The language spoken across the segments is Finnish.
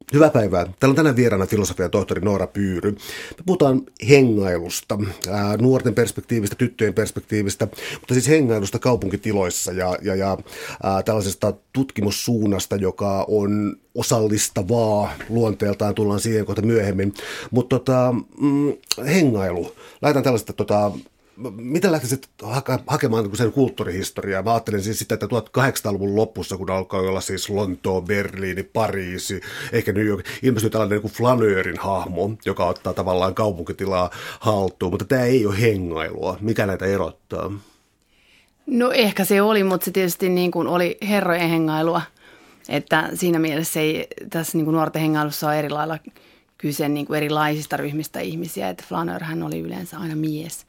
Hyvää päivää. Täällä on tänään vieraana filosofian tohtori Noora Pyyry. Me puhutaan hengailusta, nuorten perspektiivistä, tyttöjen perspektiivistä, mutta siis hengailusta kaupunkitiloissa ja tällaisesta tutkimussuunnasta, joka on osallistavaa luonteeltaan, tullaan siihen kohta myöhemmin. Mutta hengailu, lähdetään tällaista miten lähtisit hakemaan sen kulttuurihistoriaa? Mä ajattelen siis sitä, että 1800-luvun lopussa, kun alkaa olla siis Lontoo, Berliini, Pariisi, ehkä New York, ilmestyy tällainen kuin flanöörin hahmo, joka ottaa tavallaan kaupunkitilaa haltuun, mutta tämä ei ole hengailua. Mikä näitä erottaa? No ehkä se oli, mutta se tietysti niin kuin oli herrojen hengailua, että siinä mielessä ei tässä niin kuin nuorten hengailussa ole eri lailla kyse niin kuin erilaisista ryhmistä ihmisiä, että flanörhän oli yleensä aina mies.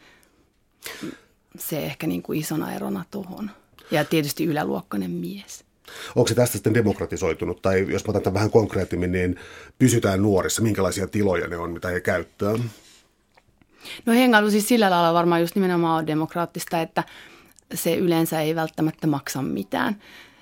Se ehkä niin kuin isona erona tuohon. Ja tietysti yläluokkainen mies. Onko se tästä sitten demokratisoitunut? Tai jos mä otan tämän vähän konkreettimmin, niin pysytään nuorissa. Minkälaisia tiloja ne on, mitä he käyttää? No hengailu siis sillä lailla varmaan just nimenomaan on demokraattista, että se yleensä ei välttämättä maksa mitään.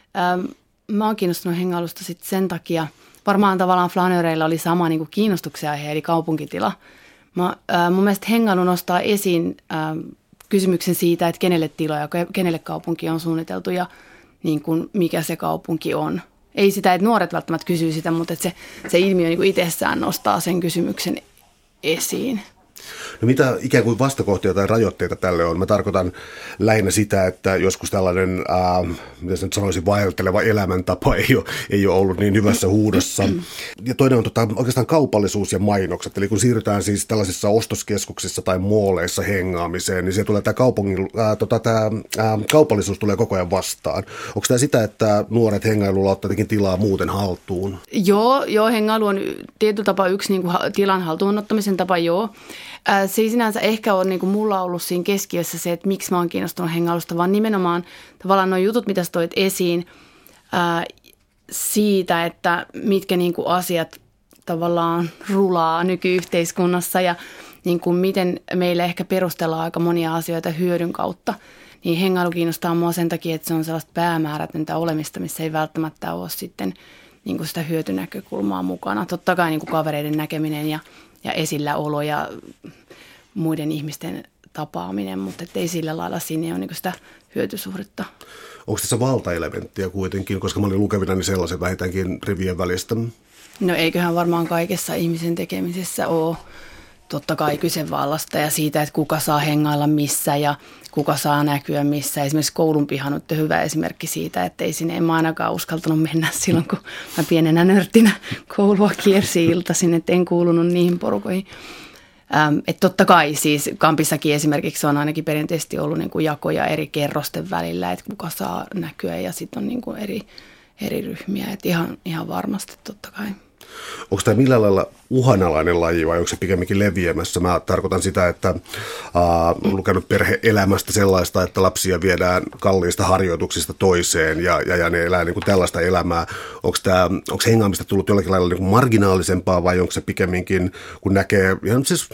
Mä oon kiinnostunut hengailusta sitten sen takia. Varmaan tavallaan flanöreillä oli sama niin kuin kiinnostuksen aihe, eli kaupunkitila. Mun mielestä hengailu nostaa esiin kysymyksen siitä, että kenelle tiloja, kenelle kaupunki on suunniteltu ja niin kuin mikä se kaupunki on. Ei sitä, että nuoret välttämättä kysyy sitä, mutta että se ilmiö niin kuin itsessään nostaa sen kysymyksen esiin. No mitä ikään kuin vastakohtia tai rajoitteita tälle on? Mä tarkoitan lähinnä sitä, että joskus tällainen, mitä nyt sanoisin, vaelteleva elämäntapa ei ole ollut niin hyvässä huudossa. Ja toinen on oikeastaan kaupallisuus ja mainokset. Eli kun siirrytään siis tällaisissa ostoskeskuksissa tai mooleissa hengaamiseen, niin se tulee tämä kaupallisuus tulee koko ajan vastaan. Onko tämä sitä, että nuoret hengailulla ottaa jotenkin tilaa muuten haltuun? Joo, hengailu on tietyllä tapaa yksi niin kuin tilan haltuun ottamisen tapa, joo. Se ei sinänsä ehkä ole niin kuin mulla ollut siinä keskiössä se, että miksi mä oon kiinnostunut hengailusta, vaan nimenomaan tavallaan nuo jutut, mitä sä toit esiin siitä, että mitkä niin kuin asiat tavallaan rulaa nykyyhteiskunnassa ja niin kuin miten meille ehkä perustellaan aika monia asioita hyödyn kautta. Niin hengailu kiinnostaa mua sen takia, että se on sellaista päämäärätöntä olemista, missä ei välttämättä ole sitten niin kuin sitä hyötynäkökulmaa mukana. Totta kai niin kuin kavereiden näkeminen ja esilläolo ja muiden ihmisten tapaaminen, mutta ei sillä lailla siinä ole niin sitä hyötysuhdetta. Onko tässä valtaelementtiä kuitenkin, koska mä olin lukevinani sellaiset vähintäänkin rivien välistä? No eiköhän varmaan kaikessa ihmisen tekemisessä ole totta kai kyse vallasta ja siitä, että kuka saa hengailla missä ja kuka saa näkyä missä. Esimerkiksi koulun piha on hyvä esimerkki siitä, että ei sinne en mä ainakaan uskaltanut mennä silloin, kun mä pienenä nörttinä koulua kiersi iltaisin, että en kuulunut niihin porukoihin. Että totta kai siis Kampissakin esimerkiksi on ainakin perinteisesti ollut niin kuin jakoja eri kerrosten välillä, että kuka saa näkyä ja sitten on niin kuin eri ryhmiä, että ihan varmasti totta kai. Onko tämä millään lailla uhanalainen laji vai onko se pikemminkin leviämässä? Mä tarkoitan sitä, että olen lukenut perhe-elämästä sellaista, että lapsia viedään kalliista harjoituksista toiseen ja ne elää niin kuin tällaista elämää. Onko hengaamista tullut jollakin lailla niin kuin marginaalisempaa vai onko se pikemminkin, kun näkee, ihan siis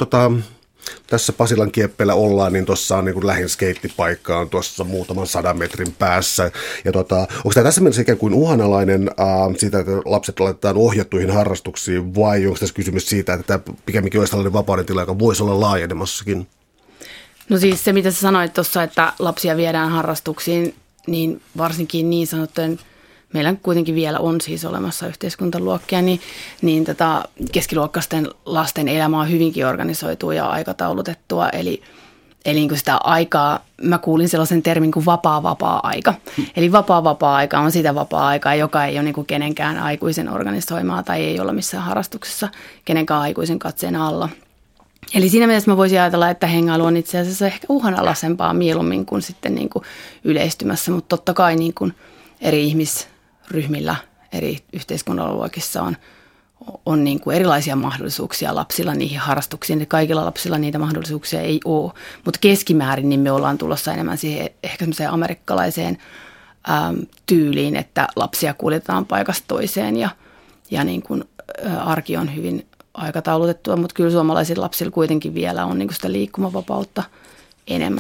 tässä Pasilan kieppeillä ollaan, niin tuossa on niin lähin skeittipaikka on tuossa muutaman 100 metrin päässä. Ja onko tämä tässä mielessä ikään kuin uhanalainen siitä, että lapset laitetaan ohjattuihin harrastuksiin, vai onko tässä kysymys siitä, että tämä pikemminkin olisi tällainen vapauden tila, joka voisi olla laajenemassakin? No siis se, mitä sä sanoit tuossa, että lapsia viedään harrastuksiin, niin varsinkin niin sanottujen, meillä kuitenkin vielä on siis olemassa yhteiskuntaluokkia, niin keskiluokkaisten lasten elämä on hyvinkin organisoitua ja aikataulutettua. Eli niin kuin sitä aikaa, mä kuulin sellaisen termin kuin vapaa-aika. Eli vapaa-aika on sitä vapaa-aikaa, joka ei ole niin kuin kenenkään aikuisen organisoimaa tai ei olla missään harrastuksessa kenenkään aikuisen katseen alla. Eli siinä mielessä mä voisin ajatella, että hengailu on itse asiassa ehkä uhanalaisempaa mieluummin kuin sitten niin kuin yleistymässä, mutta totta kai niin kuin eri ihmisryhmillä, eri yhteiskunnaluokissa on niin kuin erilaisia mahdollisuuksia lapsilla niihin harrastuksiin. Kaikilla lapsilla niitä mahdollisuuksia ei ole, mutta keskimäärin niin me ollaan tulossa enemmän siihen ehkä semmoiseen amerikkalaiseen tyyliin, että lapsia kuljetetaan paikasta toiseen ja niin kuin arki on hyvin aikataulutettua, mutta kyllä suomalaisilla lapsilla kuitenkin vielä on niin kuin sitä liikkumavapautta enemmän.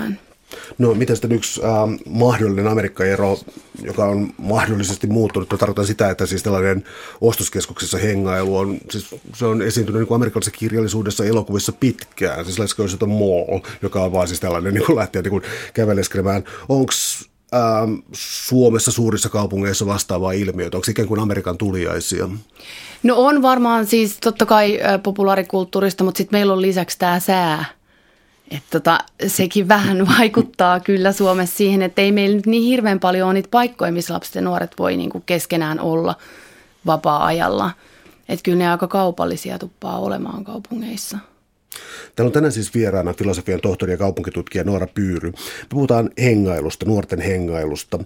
No, miten sitten yksi mahdollinen Amerikka-ero, joka on mahdollisesti muuttunut, tarkoitan sitä, että siis tällainen ostoskeskuksessa hengailu on, siis se on esiintynyt niin kuin amerikkalaisessa kirjallisuudessa elokuvissa pitkään, siis Let's Go to the Mall, joka on vaan siis tällainen niin kuin lähteä niin kuin käveleskelemään. Onko Suomessa suurissa kaupungeissa vastaavaa ilmiötä, onko ikään kuin Amerikan tuliaisia? No on varmaan siis totta kai populaarikulttuurista, mutta sitten meillä on lisäksi tämä sää. Että sekin vähän vaikuttaa kyllä Suomessa siihen, että ei meillä nyt niin hirveän paljon ole niitä paikkoja, missä lapset ja nuoret voi niinku keskenään olla vapaa-ajalla. Että kyllä ne aika kaupallisia tuppaa olemaan kaupungeissa. Täällä on tänään siis vieraana filosofian tohtori ja kaupunkitutkija Noora Pyyry. Me puhutaan hengailusta, nuorten hengailusta.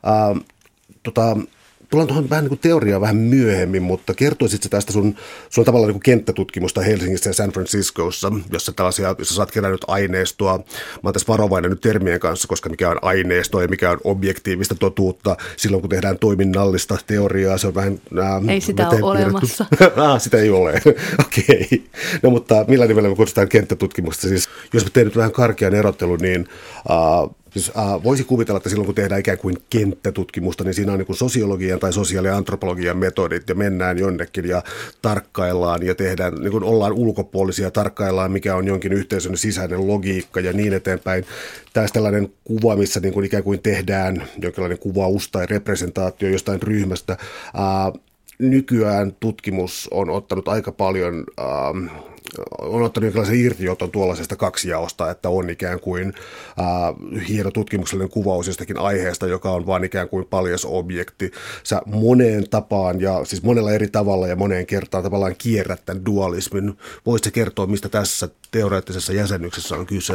Tullaan tuohon vähän niin kuin teoriaa vähän myöhemmin, mutta kertoisitko tästä sun on tavallaan niin kuin kenttätutkimusta Helsingissä ja San Franciscossa, jossa sä saat kerännyt aineistoa. Mä oon tässä varovainen nyt termien kanssa, koska mikä on aineistoa ja mikä on objektiivista totuutta. Silloin kun tehdään toiminnallista teoriaa, se on vähän... Ei sitä ole olemassa. Sitä ei ole. Okei. No mutta millä nimellä me kutsutaan kenttätutkimusta? Siis, jos mä teen nyt vähän karkean erottelun, niin... Siis, voisi kuvitella, että silloin kun tehdään ikään kuin kenttätutkimusta, niin siinä on niin kuin sosiologian tai sosiaaliantropologian metodit ja mennään jonnekin ja tarkkaillaan ja tehdään, niin kuin ollaan ulkopuolisia, tarkkaillaan mikä on jonkin yhteisön sisäinen logiikka ja niin eteenpäin. Tämä on tällainen kuva, missä niin kuin ikään kuin tehdään jonkinlainen kuvaus tai representaatio jostain ryhmästä. Nykyään tutkimus on ottanut aika paljon... on ottanut jonkinlaisen irtioton tuollaisesta kaksijaosta, että on ikään kuin hieno tutkimuksellinen kuvaus jostakin aiheesta, joka on vaan ikään kuin paljas objekti. Sä moneen tapaan ja siis monella eri tavalla ja moneen kertaan tavallaan kierrät tämän dualismin. Voisitko kertoa, mistä tässä teoreettisessa jäsennyksessä on kyse?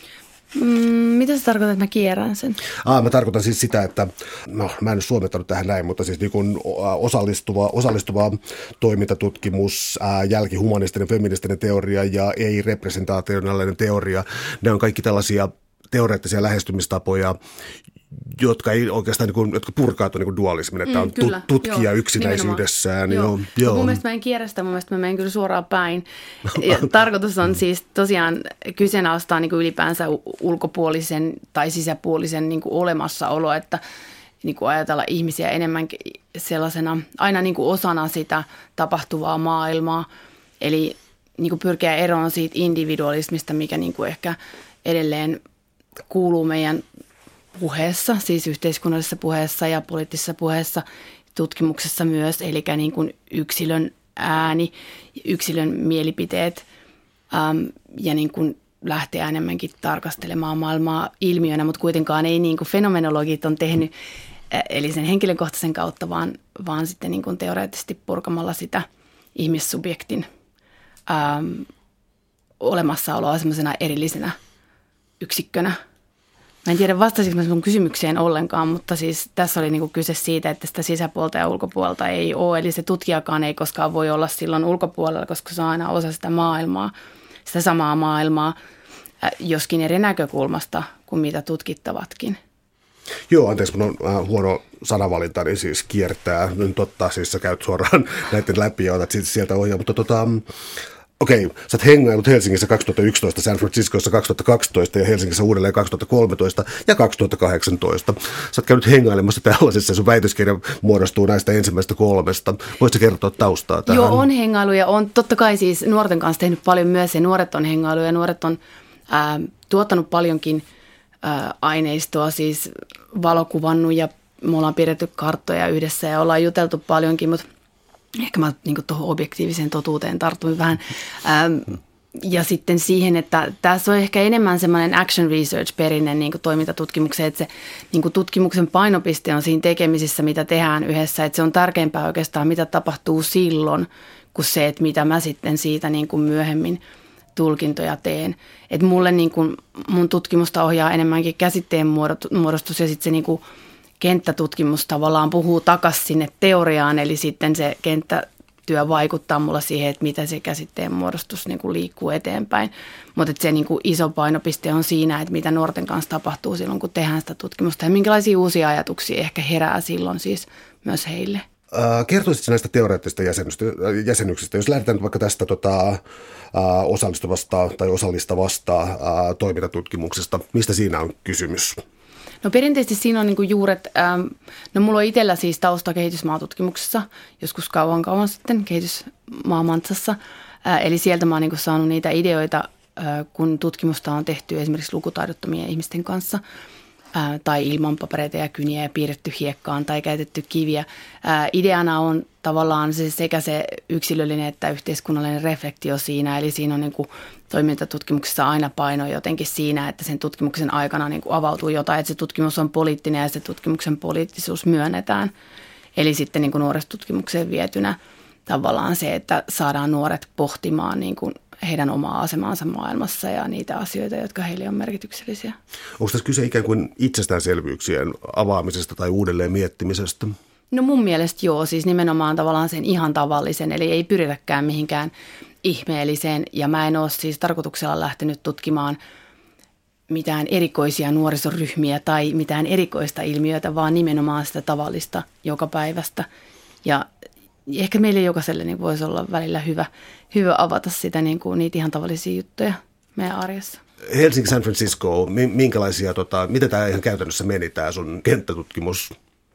Mitä sä tarkoitat, että mä kierrän sen? Mä tarkoitan siis sitä, että, no mä en nyt suomentanut tähän näin, mutta siis niin kuin osallistuva toimintatutkimus, jälkihumanistinen, feministinen teoria ja ei-representaationaalinen teoria, ne on kaikki tällaisia teoreettisia lähestymistapoja, jotka ei oikeastaan, jotka purkautuu niin dualismin, että on kyllä, tutkija yksinäisyydessään. Joo. Mun mielestä mä en kierrä sitä, mun mielestä mä menen kyllä suoraan päin. Ja tarkoitus on siis tosiaan kyseenalaistaa niin kuin ylipäänsä ulkopuolisen tai sisäpuolisen niin kuin olemassaolo, että niin kuin ajatella ihmisiä enemmänkin sellaisena, aina niin kuin osana sitä tapahtuvaa maailmaa. Eli niin kuin pyrkiä eroon siitä individualismista, mikä niin kuin ehkä edelleen kuuluu meidän puheessa, siis yhteiskunnallisessa puheessa ja poliittisessa puheessa, tutkimuksessa myös, eli niin kuin yksilön ääni, yksilön mielipiteet ja niin kuin lähteä enemmänkin tarkastelemaan maailmaa ilmiönä, mutta kuitenkaan ei niin kuin fenomenologit on tehnyt, eli sen henkilökohtaisen kautta, vaan sitten niin kuin teoreettisesti purkamalla sitä ihmissubjektin olemassaoloa semmoisena erillisenä yksikkönä. Mä en tiedä vastasinko mä sun kysymykseen ollenkaan, mutta siis tässä oli niinku kyse siitä, että sitä sisäpuolta ja ulkopuolta ei ole. Eli se tutkijakaan ei koskaan voi olla silloin ulkopuolella, koska se on aina osa sitä maailmaa, sitä samaa maailmaa, joskin eri näkökulmasta kuin mitä tutkittavatkin. Joo, anteeksi, mun on huono sanavalinta, niin siis kiertää. Nyt totta, siis sä käyt suoraan näiden läpi ja otat sieltä ohjaa, mutta okei, sä oot hengailut Helsingissä 2011, San Franciscossa 2012 ja Helsingissä uudelleen 2013 ja 2018. Sä oot käynyt hengailemassa tällaisessa, sun väitöskirja muodostuu näistä ensimmäistä kolmesta. Voisitko kertoa taustaa tähän? Joo, on hengailu ja on totta kai siis nuorten kanssa tehnyt paljon myös ja nuoret on hengailu ja nuoret on tuottanut paljonkin aineistoa, siis valokuvannut ja me ollaan pidetty karttoja yhdessä ja ollaan juteltu paljonkin, mutta ehkä mä niin tuohon objektiiviseen totuuteen tartun vähän. Ja sitten siihen, että tässä on ehkä enemmän semmoinen action research perinne niin toimintatutkimukseen, että se niin tutkimuksen painopiste on siinä tekemisissä, mitä tehdään yhdessä. Että se on tärkeämpää oikeastaan, mitä tapahtuu silloin, kuin se, että mitä mä sitten siitä niin myöhemmin tulkintoja teen. Että mulle niin mun tutkimusta ohjaa enemmänkin käsitteen muodostus ja sitten se niin kenttätutkimus tavallaan puhuu takaisin sinne teoriaan, eli sitten se kenttätyö vaikuttaa mulla siihen, että mitä se käsitteen muodostus niin kuin liikkuu eteenpäin. Mutta se niin kuin iso painopiste on siinä, että mitä nuorten kanssa tapahtuu silloin, kun tehdään sitä tutkimusta ja minkälaisia uusia ajatuksia ehkä herää silloin siis myös heille. Kertoisitko näistä teoreettisista jäsenyksistä, jos lähdetään vaikka tästä osallistuvasta tai osallistavasta toimintatutkimuksesta, mistä siinä on kysymys? No perinteisesti siinä on niin kuin juuret, no mulla on itsellä siis tausta kehitysmaatutkimuksessa, joskus kauan sitten kehitysmaamantsassa, eli sieltä mä oon niin kuin saanut niitä ideoita, kun tutkimusta on tehty esimerkiksi lukutaidottomien ihmisten kanssa, tai ilman papereita ja kyniä ja piirretty hiekkaan tai käytetty kiviä. Ideana on tavallaan sekä se yksilöllinen että yhteiskunnallinen reflektio siinä, eli siinä on niin kuin toimintatutkimuksessa aina paino jotenkin siinä, että sen tutkimuksen aikana niin kuin avautuu jotain, että se tutkimus on poliittinen ja se tutkimuksen poliittisuus myönnetään. Eli sitten niin kuin nuorisotutkimukseen vietynä tavallaan se, että saadaan nuoret pohtimaan niin kuin heidän omaa asemaansa maailmassa ja niitä asioita, jotka heille on merkityksellisiä. Onko tässä kyse ikään kuin itsestäänselvyyksien avaamisesta tai uudelleen miettimisestä? No mun mielestä joo, siis nimenomaan tavallaan sen ihan tavallisen, eli ei pyritäkään mihinkään ihmeelliseen. Ja mä en ole siis tarkoituksella lähtenyt tutkimaan mitään erikoisia nuorisoryhmiä tai mitään erikoista ilmiötä, vaan nimenomaan sitä tavallista joka päivästä. Ja ehkä meille jokaiselle niin voisi olla välillä hyvä avata sitä, niin kuin niitä ihan tavallisia juttuja meidän arjessa. Helsinki, San Francisco, minkälaisia, miten tämä ihan käytännössä meni, tämä sun kenttätutkimus?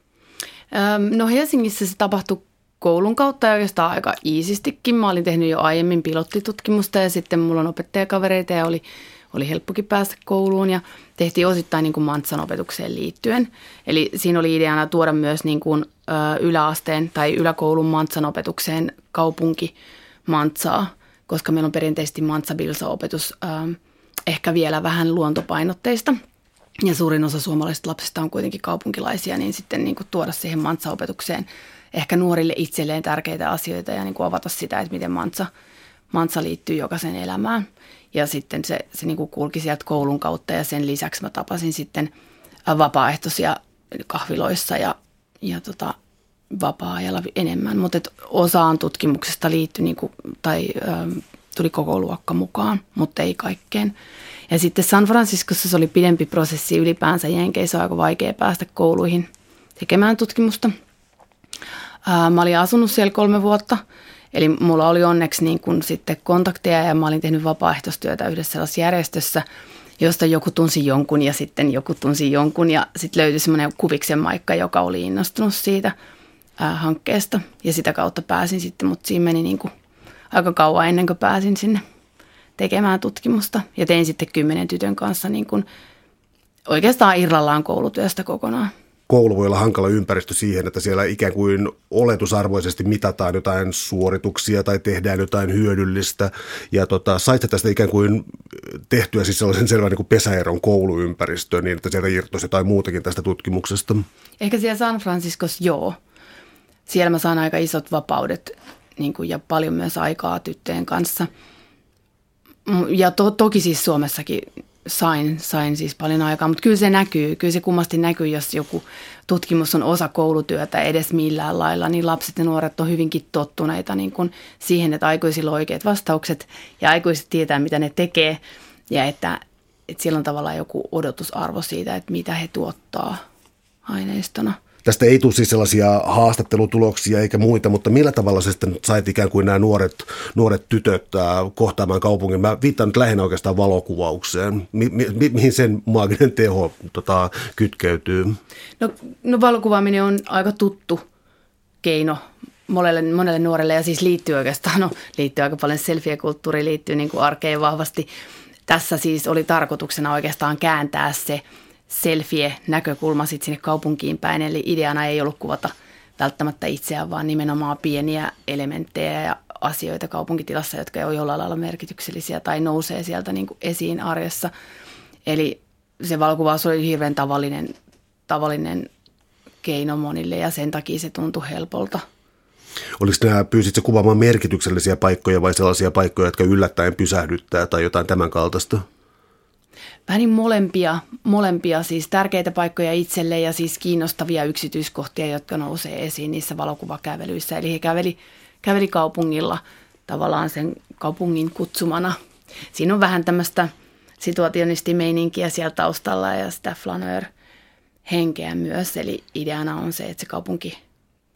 No Helsingissä se tapahtui koulun kautta ja oikeastaan aika iisistikin. Mä olin tehnyt jo aiemmin pilottitutkimusta ja sitten mulla on opettajakavereita ja oli helppokin päästä kouluun ja tehtiin osittain niin kuin Mantsan opetukseen liittyen. Eli siinä oli ideana tuoda myös niin kuin yläasteen tai yläkoulun Mantsan opetukseen kaupunki Mantsaa, koska meillä on perinteisesti Mantsa-Bilsa-opetus ehkä vielä vähän luontopainotteista. Ja suurin osa suomalaisista lapsista on kuitenkin kaupunkilaisia, niin sitten niin kuin tuoda siihen Mantsa-opetukseen ehkä nuorille itselleen tärkeitä asioita ja niin kuin avata sitä, että miten Mantsa liittyy jokaisen elämään. Ja sitten se niin kuin kulki sieltä koulun kautta ja sen lisäksi mä tapasin sitten vapaaehtoisia kahviloissa ja vapaa-ajalla enemmän. Mutta osaan tutkimuksesta liittyi niin kuin, tuli koko luokka mukaan, mutta ei kaikkeen. Ja sitten San Franciscossa se oli pidempi prosessi ylipäänsä. Jenkeissä on aika vaikea päästä kouluihin tekemään tutkimusta. Mä olin asunut siellä 3 vuotta. Eli mulla oli onneksi niin kun sitten kontakteja ja mä olin tehnyt vapaaehtoistyötä yhdessä sellaisessa järjestössä, josta joku tunsi jonkun ja sitten joku tunsi jonkun. Ja sitten löytyi semmoinen Kuviksen Maikka, joka oli innostunut siitä hankkeesta ja sitä kautta pääsin sitten, mutta siinä meni niin kuin aika kauan ennen kuin pääsin sinne tekemään tutkimusta. Ja tein sitten 10 tytön kanssa niin kuin oikeastaan irrallaan koulutyöstä kokonaan. Koulu voi olla hankala ympäristö siihen, että siellä ikään kuin oletusarvoisesti mitataan jotain suorituksia tai tehdään jotain hyödyllistä. Ja saitte tästä ikään kuin tehtyä siis sellaisen selvän niin kuin pesäeron kouluympäristöön niin, että sieltä irtoisi jotain muutakin tästä tutkimuksesta? Ehkä siellä San Franciscossa joo. Siellä mä saan aika isot vapaudet niin kuin, ja paljon myös aikaa tyttöjen kanssa. Ja toki siis Suomessakin sain siis paljon aikaa, mutta kyllä se näkyy. Kyllä se kummasti näkyy, jos joku tutkimus on osa koulutyötä edes millään lailla, niin lapset ja nuoret on hyvinkin tottuneita niin kuin siihen, että aikuisilla on oikeat vastaukset ja aikuiset tietää, mitä ne tekee ja että siellä on tavallaan joku odotusarvo siitä, että mitä he tuottaa aineistona. Tästä ei tule siis sellaisia haastattelutuloksia eikä muita, mutta millä tavalla sä sitten sait ikään kuin nämä nuoret tytöt kohtaamaan kaupungin? Mä viittaan nyt lähinnä oikeastaan valokuvaukseen. Mihin sen maaginen teho kytkeytyy? No valokuvaaminen on aika tuttu keino monelle nuorelle ja siis liittyy oikeastaan, liittyy aika paljon selfie-kulttuuriin, liittyy niin kuin arkeen vahvasti. Tässä siis oli tarkoituksena oikeastaan kääntää se selfie-näkökulma sitten sinne kaupunkiin päin, eli ideana ei ollut kuvata välttämättä itseään, vaan nimenomaan pieniä elementtejä ja asioita kaupunkitilassa, jotka on jollain lailla merkityksellisiä tai nousee sieltä niin kuin esiin arjessa. Eli se valokuvaus oli hirveän tavallinen keino monille ja sen takia se tuntui helpolta. Pyysitkö kuvaamaan merkityksellisiä paikkoja vai sellaisia paikkoja, jotka yllättäen pysähdyttää tai jotain tämän kaltaista? Vähän niin molempia, siis tärkeitä paikkoja itselle ja siis kiinnostavia yksityiskohtia, jotka nousee esiin niissä valokuvakävelyissä. Eli he käveli kaupungilla tavallaan sen kaupungin kutsumana. Siinä on vähän tämmöistä situationistimeininkiä siellä taustalla ja sitä flaneur-henkeä myös. Eli ideana on se, että se kaupunki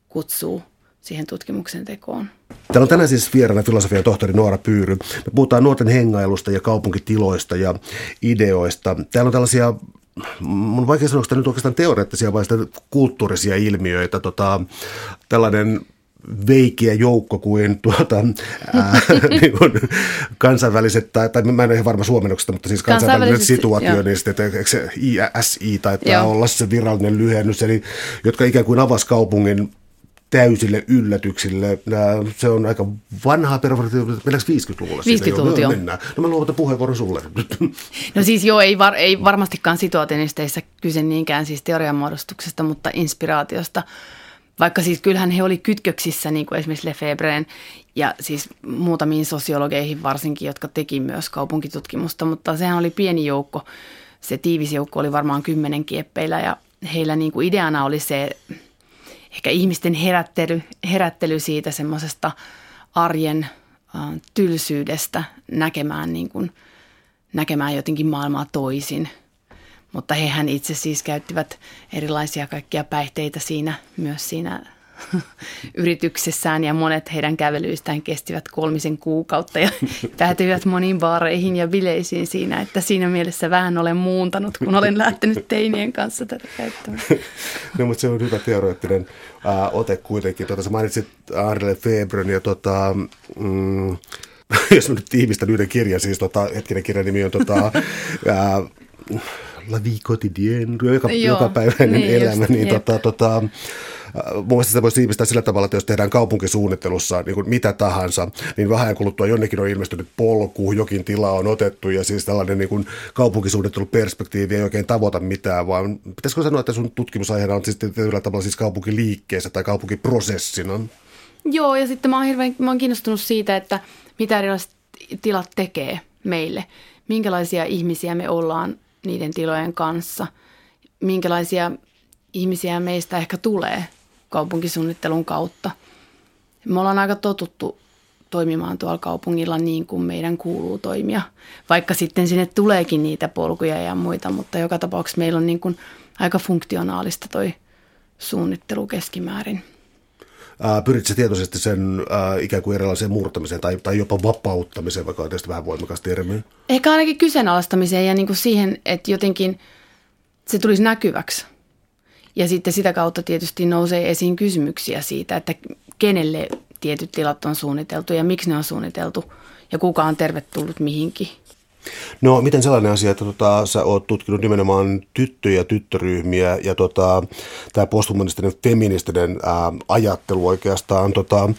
kutsuu siihen tutkimuksen tekoon. Täällä on tänään siis vieraana filosofian tohtori Noora Pyyry. Me puhutaan nuorten hengailusta ja kaupunkitiloista ja ideoista. Täällä on tällaisia, mun on vaikea sanoa, että nyt oikeastaan teoreettisia vai kulttuurisia ilmiöitä. Tällainen veikiä joukko kuin niin kuin kansainväliset, tai mä en ole ihan varma suomennoksesta, mutta siis kansainväliset situationistit, eikö se ISI taitaa olla se virallinen lyhennys, eli jotka ikään kuin avasi kaupungin täysille yllätyksille. Se on aika vanhaa performatiivista. Mennäänkö 50-luvulla? 50-luvulta, joo. Mennään. No mä luovutan puheenvuoron sulle. No siis joo, ei varmastikaan situationisteissa kyse niinkään siis teorianmuodostuksesta, mutta inspiraatiosta. Vaikka siis kyllähän he oli kytköksissä, niin kuin esimerkiksi Lefebreen ja siis muutamiin sosiologeihin varsinkin, jotka teki myös kaupunkitutkimusta, mutta sehän oli pieni joukko. Se tiivis joukko oli varmaan 10 kieppeillä ja heillä niin kuin ideana oli se ehkä ihmisten herättely siitä semmoisesta arjen tylsyydestä näkemään jotenkin maailmaa toisin. Mutta hehän itse siis käyttivät erilaisia kaikkia päihteitä myös siinä yrityksessään ja monet heidän kävelyistään kestivät 3 kuukautta ja päätyivät moniin baareihin ja bileisiin siinä, että siinä mielessä vähän olen muuntanut, kun olen lähtenyt teinien kanssa tätä käyttämään. No, mutta se on hyvä teoreettinen ote kuitenkin. Sä mainitsit Henri Lefebvren ja jos mä nyt tiivistän yhden kirjan, siis hetkinen kirjan nimi on La vie quotidienne, jokapäiväinen elämä, niin mun mielestä se voisi tiivistää sillä tavalla, että jos tehdään kaupunkisuunnittelussa niin kuin mitä tahansa, niin vähän kuluttua jonnekin on ilmestynyt polku, jokin tila on otettu ja siis tällainen niin kuin kaupunkisuunnitteluperspektiivi ei oikein tavoita mitään, vaan pitäisikö sanoa, että sun tutkimusaiheena on siis tietyllä tavalla siis kaupunkiliikkeessä tai kaupunkiprosessina? Joo, ja sitten mä oon kiinnostunut siitä, että mitä erilaiset tilat tekee meille, minkälaisia ihmisiä me ollaan niiden tilojen kanssa, minkälaisia ihmisiä meistä ehkä tulee kaupunkisuunnittelun kautta. Me ollaan aika totuttu toimimaan tuolla kaupungilla niin kuin meidän kuuluu toimia, vaikka sitten sinne tuleekin niitä polkuja ja muita, mutta joka tapauksessa meillä on niin kuin aika funktionaalista toi suunnittelu keskimäärin. Pyritkö tietoisesti sen ikään kuin erilaiseen murtamiseen tai jopa vapauttamiseen, vaikka on tietysti vähän voimakas termi? Ehkä ainakin kyseenalaistamiseen ja niin kuin siihen, että jotenkin se tulisi näkyväksi. Ja sitten sitä kautta tietysti nousee esiin kysymyksiä siitä, että kenelle tietyt tilat on suunniteltu ja miksi ne on suunniteltu ja kuka on tervetullut mihinkin. No miten sellainen asia, että sä oot tutkinut nimenomaan tyttöjä ja tyttöryhmiä ja tämä posthumanistinen feministinen ajattelu oikeastaan,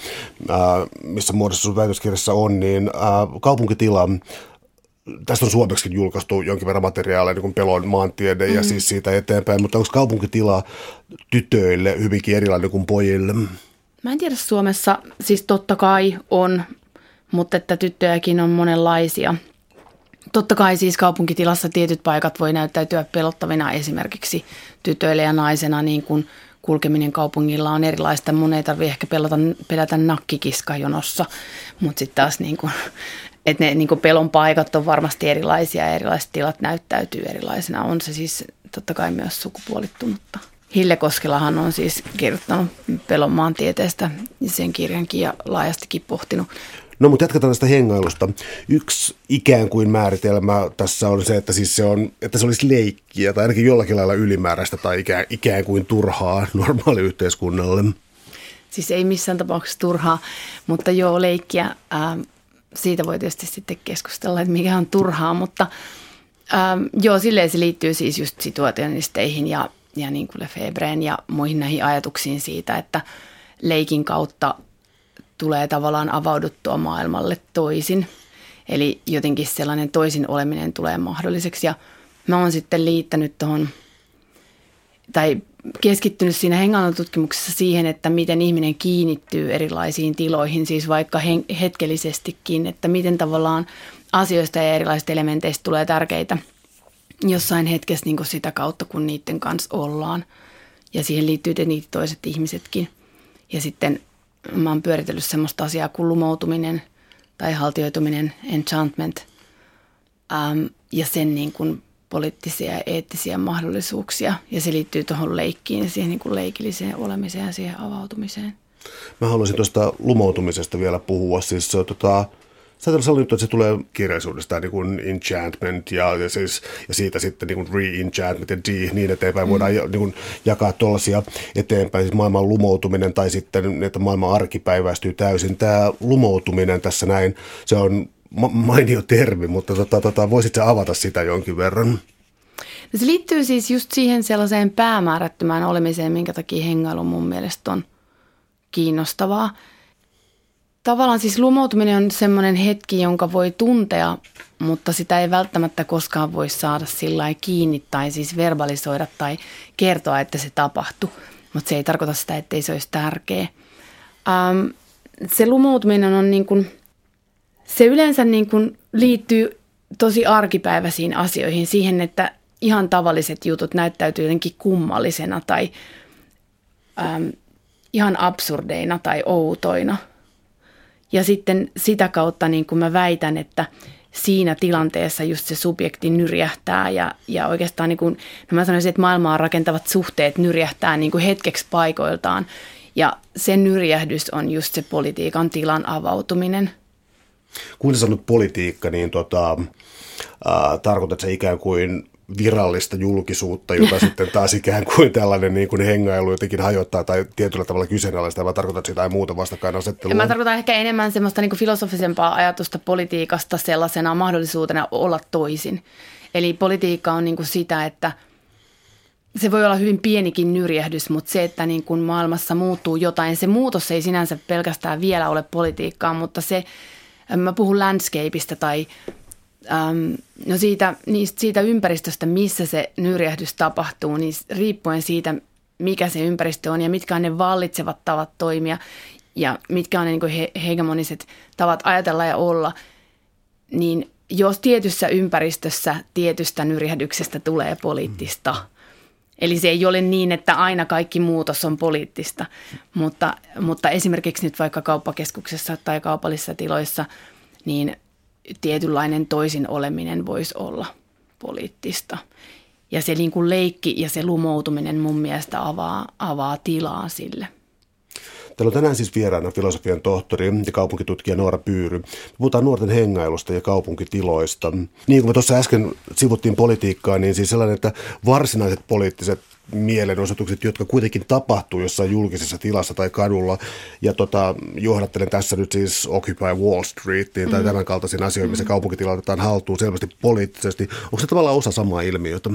missä muodossa sun väitöskirjassa on, niin kaupunkitila, tästä on suomeksikin julkaistu jonkin verran materiaalia, niin kuin Pelon maantiede ja siis siitä eteenpäin, mutta onko kaupunkitila tytöille hyvinkin erilainen kuin pojille? Mä en tiedä Suomessa, siis totta kai on, mutta että tyttöjäkin on monenlaisia. Totta kai siis kaupunkitilassa tietyt paikat voi näyttäytyä pelottavina esimerkiksi tytöille ja naisena, niin kuin kulkeminen kaupungilla on erilaista. Mun ei tarvitse ehkä pelätä nakkikiskajonossa, mutta sitten taas niin kuin, että ne niin kuin pelon paikat on varmasti erilaisia ja erilaiset tilat näyttäytyy erilaisena. On se siis totta kai myös sukupuolittunutta. Hille Koskelahan on siis kirjoittanut Pelon maantieteestä sen kirjankin ja laajastikin pohtinut. No, mutta jatketaan tästä hengailusta. Yksi ikään kuin määritelmä tässä on se, että, siis että se olisi leikkiä tai ainakin jollakin lailla ylimääräistä tai ikään kuin turhaa normaaliyhteiskunnalle. Siis ei missään tapauksessa turhaa, mutta joo, leikkiä. Siitä voi tietysti sitten keskustella, että mikä on turhaa, mutta joo, silleen se liittyy siis just situationisteihin ja niin kuin Lefebvreen ja muihin näihin ajatuksiin siitä, että leikin kautta tulee tavallaan avauduttua maailmalle toisin. Eli jotenkin sellainen toisin oleminen tulee mahdolliseksi. Ja mä oon sitten liittänyt tuohon, tai keskittynyt siinä hengailututkimuksessa siihen, että miten ihminen kiinnittyy erilaisiin tiloihin, siis vaikka hetkellisestikin, että miten tavallaan asioista ja erilaisista elementeistä tulee tärkeitä jossain hetkessä niin kuin sitä kautta, kun niiden kanssa ollaan. Ja siihen liittyy niitä toiset ihmisetkin. Ja sitten mä oon pyöritellyt semmoista asiaa kuin lumoutuminen tai haltioituminen, enchantment, ja sen niin kuin poliittisia ja eettisiä mahdollisuuksia. Ja se liittyy tuohon leikkiin ja siihen niin kuin leikilliseen olemiseen ja siihen avautumiseen. Mä haluaisin tuosta lumoutumisesta vielä puhua. Siis sä sanoit, että se tulee kirjallisuudesta, niin kuin enchantment ja siitä sitten niin kuin re-enchantment ja niin eteenpäin. Voidaan niin kuin jakaa tuollaisia eteenpäin, siis maailman lumoutuminen tai sitten, että maailman arki päiväistyy täysin. Tämä lumoutuminen tässä näin, se on mainio termi, mutta voisit sä avata sitä jonkin verran? No se liittyy siis just siihen sellaiseen päämäärättömään olemiseen, minkä takia hengailu mun mielestä on kiinnostavaa. Tavallaan siis lumoutuminen on semmoinen hetki, jonka voi tuntea, mutta sitä ei välttämättä koskaan voi saada sillä kiinni tai siis verbalisoida tai kertoa, että se tapahtui. Mutta se ei tarkoita sitä, ettei se olisi tärkeä. Se lumoutuminen on niin kuin, se yleensä niin kuin liittyy tosi arkipäiväisiin asioihin, siihen, että ihan tavalliset jutut näyttäytyy jotenkin kummallisena tai ihan absurdeina tai outoina. Ja sitten sitä kautta niin kuin mä väitän, että siinä tilanteessa just se subjekti nyrjähtää ja oikeastaan niin kuin, no mä sanoisin, että maailmaa rakentavat suhteet nyrjähtää niin kuin hetkeksi paikoiltaan. Ja se nyrjähdys on just se politiikan tilan avautuminen. Kun sä sanot politiikka, niin tarkoitatko sä ikään kuin virallista julkisuutta, jota sitten taas ikään kuin tällainen niin kuin hengailu jotenkin hajottaa tai tietyllä tavalla kyseenalaista, vai tarkoitatko jotain muuta vastakkainasettelua? Mä tarkoitan ehkä enemmän semmoista niin kuin filosofisempaa ajatusta politiikasta sellaisena mahdollisuutena olla toisin. Eli politiikka on niin kuin sitä, että se voi olla hyvin pienikin nyrjähdys, mutta se, että niin kuin maailmassa muuttuu jotain, se muutos ei sinänsä pelkästään vielä ole politiikkaa, mutta se, mä puhun landscapeista tai no siitä ympäristöstä, missä se nyrjähdys tapahtuu, niin riippuen siitä, mikä se ympäristö on ja mitkä on ne vallitsevat tavat toimia ja mitkä on ne niin kuin hegemoniset tavat ajatella ja olla, niin jos tietyssä ympäristössä tietystä nyrjähdyksestä tulee poliittista, eli se ei ole niin, että aina kaikki muutos on poliittista, mutta esimerkiksi nyt vaikka kauppakeskuksessa tai kaupallisissa tiloissa, niin tietynlainen toisin oleminen voisi olla poliittista. Ja se niin kuin leikki ja se lumoutuminen mun mielestä avaa tilaa sille. Täällä on tänään siis vieraana filosofian tohtori ja kaupunkitutkija Noora Pyyry. Puhutaan nuorten hengailusta ja kaupunkitiloista. Niin kuin me tuossa äsken sivuttiin politiikkaa, niin siis sellainen, että varsinaiset poliittiset mielenosoitukset, jotka kuitenkin tapahtuu jossain julkisessa tilassa tai kadulla. Ja johdattelen tässä nyt siis Occupy Wall Streetiin tai tämän kaltaisiin asioihin, missä kaupunkitila otetaan haltuun selvästi poliittisesti. Onko se tavallaan osa samaa ilmiötä?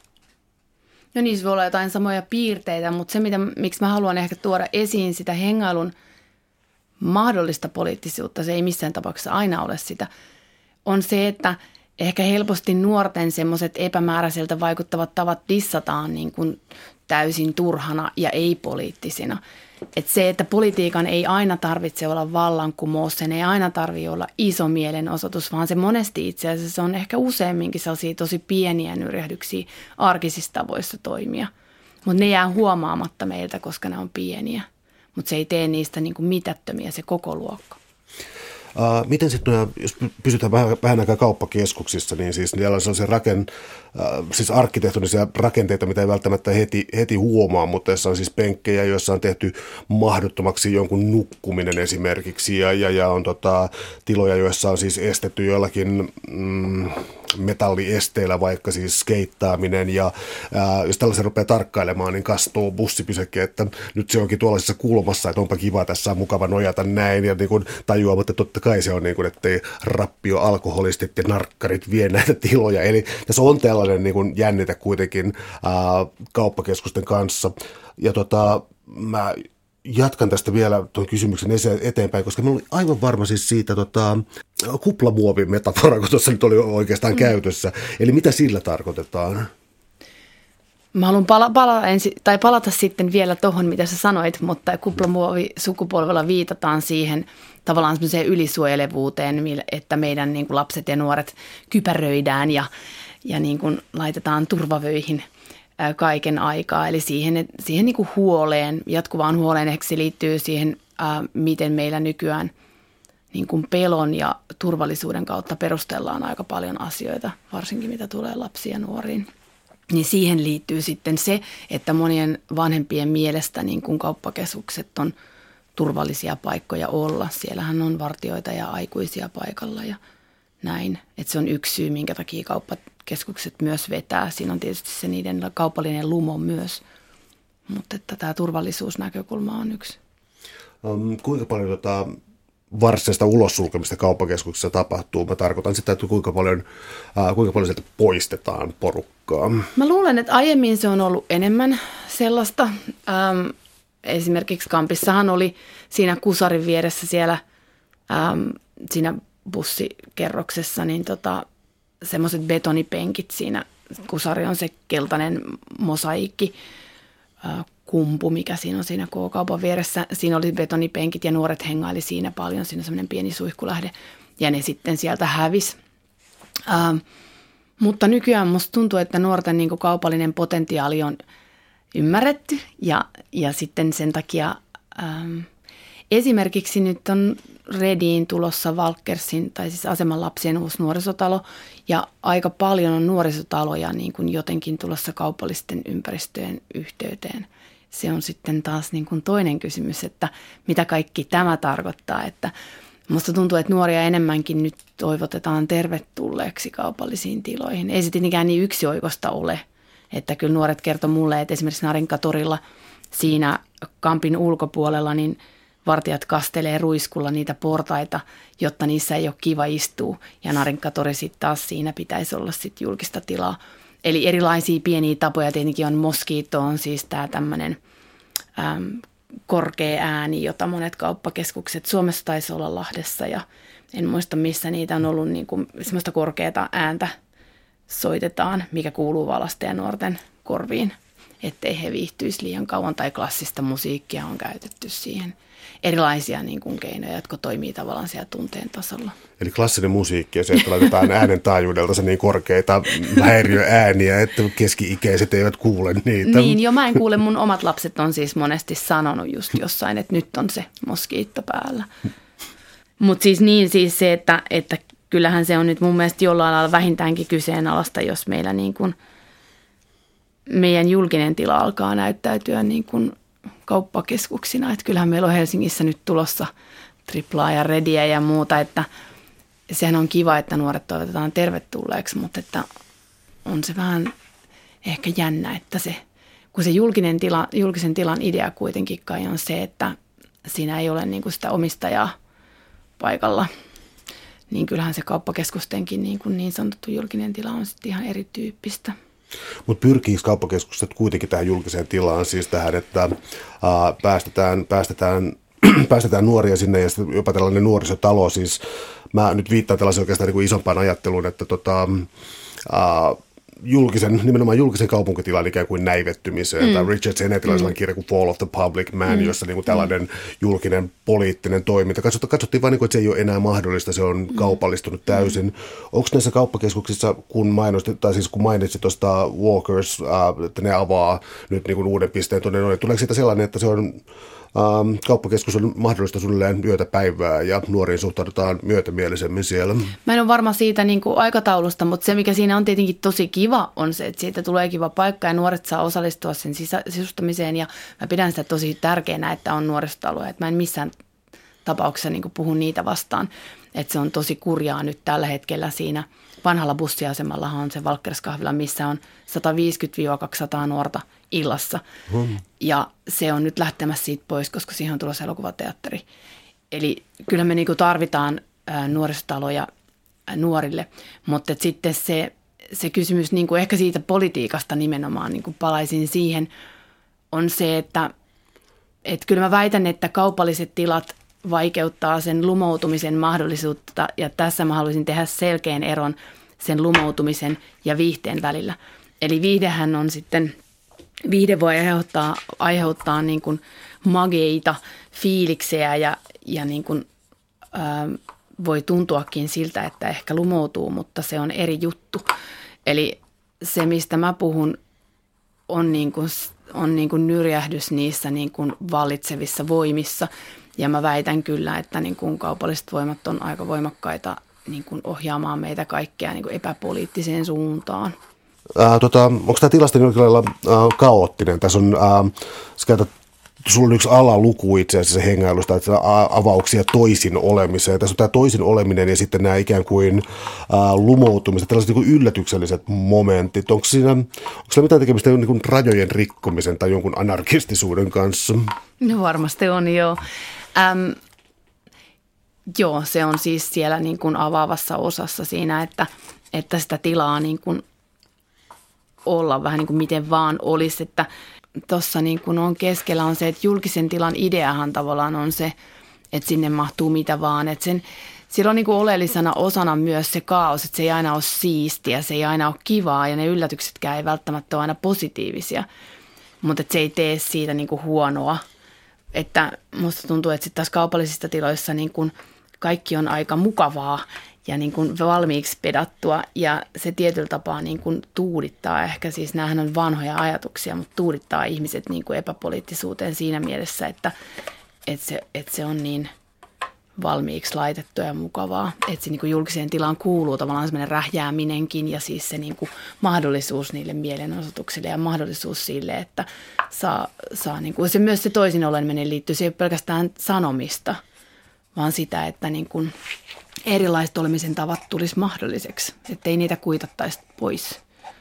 No niissä voi olla jotain samoja piirteitä, mutta se, miksi mä haluan ehkä tuoda esiin sitä hengailun mahdollista poliittisuutta, se ei missään tapauksessa aina ole sitä, on se, että ehkä helposti nuorten semmoiset epämääräiseltä vaikuttavat tavat dissataan niin kuin täysin turhana ja ei-poliittisina. Että se, että politiikan ei aina tarvitse olla vallankumous, sen ei aina tarvitse olla iso mielenosoitus, vaan se monesti itse asiassa on ehkä useamminkin sellaisia tosi pieniä nyrjähdyksiä arkisissa tavoissa toimia. Mutta ne jää huomaamatta meiltä, koska ne on pieniä. Mutta se ei tee niistä niin kuin mitättömiä se koko luokka. Miten sitten, jos pysytään vähän aikaa kauppakeskuksissa, niin siis niillä on sellaisia siis arkkitehtonisia rakenteita, mitä ei välttämättä heti huomaa, mutta joissa on siis penkkejä, joissa on tehty mahdottomaksi jonkun nukkuminen esimerkiksi, ja on tiloja, joissa on siis estetty jollakin metalliesteillä vaikka siis skeittaaminen, ja jos tällaisen rupeaa tarkkailemaan, niin kastuu bussipysäke, että nyt se onkin tuollaisessa kulmassa, että onpa kiva, tässä on mukava nojata näin, ja niin kuin tajuaa, mutta totta kai se on niin kuin, ettei rappio, alkoholistit ja narkkarit vie näitä tiloja, eli tässä on tällainen niin kuin jännite kuitenkin kauppakeskusten kanssa, ja mä jatkan tästä vielä tuon kysymyksen eteenpäin, koska mä olin aivan varma siis siitä kuplamuovin metafora, kun tuossa nyt oli oikeastaan käytössä. Eli mitä sillä tarkoitetaan? Mä haluan palata sitten vielä tuohon, mitä sä sanoit, mutta kuplamuovisukupolvella viitataan siihen tavallaan semmoiseen ylisuojelevuuteen, että meidän niin kuin lapset ja nuoret kypäröidään ja niin kuin laitetaan turvavöihin kaiken aikaa. Eli siihen niin kuin huoleen, jatkuvaan huoleen, ehkä se liittyy siihen, miten meillä nykyään niin kuin pelon ja turvallisuuden kautta perustellaan aika paljon asioita, varsinkin mitä tulee lapsiin ja nuoriin. Niin siihen liittyy sitten se, että monien vanhempien mielestä niin kuin kauppakeskukset on turvallisia paikkoja olla. Siellähän on vartijoita ja aikuisia paikalla ja näin. Että se on yksi syy, minkä takia kauppakeskukset myös vetää. Siinä on tietysti se niiden kaupallinen lumo myös, mutta että tämä turvallisuusnäkökulma on yksi. Kuinka paljon varsinaista ulossulkemista kauppakeskuksessa tapahtuu? Mä tarkoitan sitä, että kuinka paljon sieltä poistetaan porukkaa. Mä luulen, että aiemmin se on ollut enemmän sellaista. Esimerkiksi Kampissahan oli siinä Kusarin vieressä siellä siinä bussikerroksessa niin semmoiset betonipenkit siinä. Kusari on se keltainen mosaikki kumpu, mikä siinä on siinä K-kaupan vieressä. Siinä oli betonipenkit ja nuoret hengaili siinä paljon. Siinä on semmoinen pieni suihkulähde ja ne sitten sieltä hävisi. Mutta nykyään musta tuntuu, että nuorten niin kuin kaupallinen potentiaali on ymmärretty ja sitten sen takia esimerkiksi nyt on Rediin tulossa Valkersin tai siis Aseman lapsien uusi nuorisotalo ja aika paljon on nuorisotaloja niin kuin jotenkin tulossa kaupallisten ympäristöjen yhteyteen. Se on sitten taas niin kuin toinen kysymys, että mitä kaikki tämä tarkoittaa, että musta tuntuu, että nuoria enemmänkin nyt toivotetaan tervetulleeksi kaupallisiin tiloihin. Ei se tietenkään niin yksioikoista ole, että kyllä nuoret kertoi mulle, että esimerkiksi Narinkatorilla siinä kampin ulkopuolella niin vartijat kastelee ruiskulla niitä portaita, jotta niissä ei ole kiva istua ja Narinkatori sitten taas siinä pitäisi olla sitten julkista tilaa. Eli erilaisia pieniä tapoja tietenkin on. Moskiitto on siis tämä tämmöinen korkea ääni, jota monet kauppakeskukset Suomessa taisi olla Lahdessa ja en muista missä niitä on ollut niin kuin semmoista korkeata ääntä soitetaan, mikä kuuluu vaan lasten ja nuorten korviin, ettei he viihtyisi liian kauan tai klassista musiikkia on käytetty siihen. Erilaisia niin kuin keinoja, jotka toimii tavallaan siellä tunteen tasolla. Eli klassinen musiikki ja se, että laitetaan äänen taajuudelta se niin korkeita häiriöääniä, että keski-ikäiset eivät kuule niitä. Niin, jo mä en kuule. Mun omat lapset on siis monesti sanonut just jossain, että nyt on se moskiitto päällä. Mutta siis se, että kyllähän se on nyt mun mielestä jollain lailla vähintäänkin kyseenalaista, jos meillä niin kuin meidän julkinen tila alkaa näyttäytyä niin kuin kauppakeskuksina. Että kyllähän meillä on Helsingissä nyt tulossa Triplaa ja Rediä ja muuta, että sehän on kiva, että nuoret toivotetaan tervetulleeksi, mutta että on se vähän ehkä jännä, että se, kun se julkisen tilan idea kuitenkin kai on se, että siinä ei ole niin kuin sitä omistajaa paikalla, niin kyllähän se kauppakeskustenkin niin sanottu julkinen tila on sitten ihan erityyppistä. Mutta pyrkiikö kauppakeskukset kuitenkin tähän julkiseen tilaan, siis tähän, että päästetään nuoria sinne ja jopa tällainen nuorisotalo, siis mä nyt viittaan tällaisen oikeastaan niin kuin isompaan ajatteluun, että nimenomaan julkisen kaupunkitilan ikään kuin näivettymiseen. Tai Richard Sennettillä on sellainen kirja kuin Fall of the Public Man, jossa niin kuin tällainen julkinen poliittinen toiminta. Katsottiin vain, että se ei ole enää mahdollista, se on kaupallistunut täysin. Onko näissä kauppakeskuksissa, kun mainitsit tuosta Walkers, että ne avaa nyt niin kuin uuden pisteen tuonne, tuleeko siitä sellainen, että se on kauppakeskus on mahdollista suunnilleen yötä päivää ja nuoriin suhtaudutaan myötämielisemmin siellä? Mä en ole varma siitä niin kuin aikataulusta, mutta se mikä siinä on tietenkin tosi kiva on se, että siitä tulee kiva paikka ja nuoret saa osallistua sen sisustamiseen ja mä pidän sitä tosi tärkeänä, että on nuorisotaloja. Että mä en missään tapauksessa niin kuin puhu niitä vastaan, että se on tosi kurjaa nyt tällä hetkellä siinä vanhalla bussiasemallahan on se Valkerskahvila, missä on 150-200 nuorta illassa. Ja se on nyt lähtemässä siitä pois, koska siihen on tulossa elokuvateatteri. Eli kyllä me niinku tarvitaan nuorisotaloja nuorille, mutta sitten se kysymys niinku ehkä siitä politiikasta nimenomaan, niinku palaisin siihen, on se, että kyllä mä väitän, että kaupalliset tilat vaikeuttaa sen lumoutumisen mahdollisuutta ja tässä mä haluaisin tehdä selkeän eron sen lumoutumisen ja viihteen välillä. Eli viihdehän on sitten, viihde voi aiheuttaa niin kuin mageita fiiliksejä ja niin kuin, voi tuntuakin siltä, että ehkä lumoutuu, mutta se on eri juttu. Eli se, mistä mä puhun, on niin kuin nyrjähdys niissä niin kuin vallitsevissa voimissa. Ja mä väitän kyllä, että niin kuin kaupalliset voimat on aika voimakkaita niin kuin ohjaamaan meitä kaikkea niin kuin epäpoliittiseen suuntaan. Onko tämä tilasto jollakin lailla kaoottinen? Tässä on, sulla on yksi alaluku itse asiassa hengailusta, että avauksia toisin olemiseen. Tässä on tämä toisin oleminen ja sitten nämä ikään kuin lumoutumiset, tällaiset niin kuin yllätykselliset momentit. Onko siinä mitään tekemistä niin kuin rajojen rikkomisen tai jonkun anarkistisuuden kanssa? No varmasti on, joo. Joo, se on siis siellä niin kuin avaavassa osassa siinä, että sitä tilaa niin kuin olla vähän niin kuin miten vaan olisi, että tuossa niin kuin on keskellä on se, että julkisen tilan ideahan tavallaan on se, että sinne mahtuu mitä vaan, että sillä on niin kuin oleellisena osana myös se kaos, että se ei aina ole siistiä, se ei aina ole kivaa ja ne yllätyksetkään ei välttämättä ole aina positiivisia, mutta että se ei tee siitä niin kuin huonoa, että musta tuntuu, että sitten taas kaupallisissa tiloissa niin kuin kaikki on aika mukavaa ja niin kuin valmiiksi pedattua ja se tietyllä tapaa niin kuin tuudittaa ehkä, siis näähän on vanhoja ajatuksia, mutta tuudittaa ihmiset niin kuin epäpoliittisuuteen siinä mielessä, että se on niin valmiiksi laitettua ja mukavaa, että se niin kuin julkiseen tilaan kuuluu tavallaan semmoinen rähjääminenkin ja siis se niin kuin mahdollisuus niille mielenosoituksille ja mahdollisuus sille, että saa niin kuin, se myös se toisin oleminen liittyy, se ei ole pelkästään sanomista, vaan sitä, että niin kuin erilaiset olemisen tavat tulisi mahdolliseksi, että ei niitä kuitattaisi pois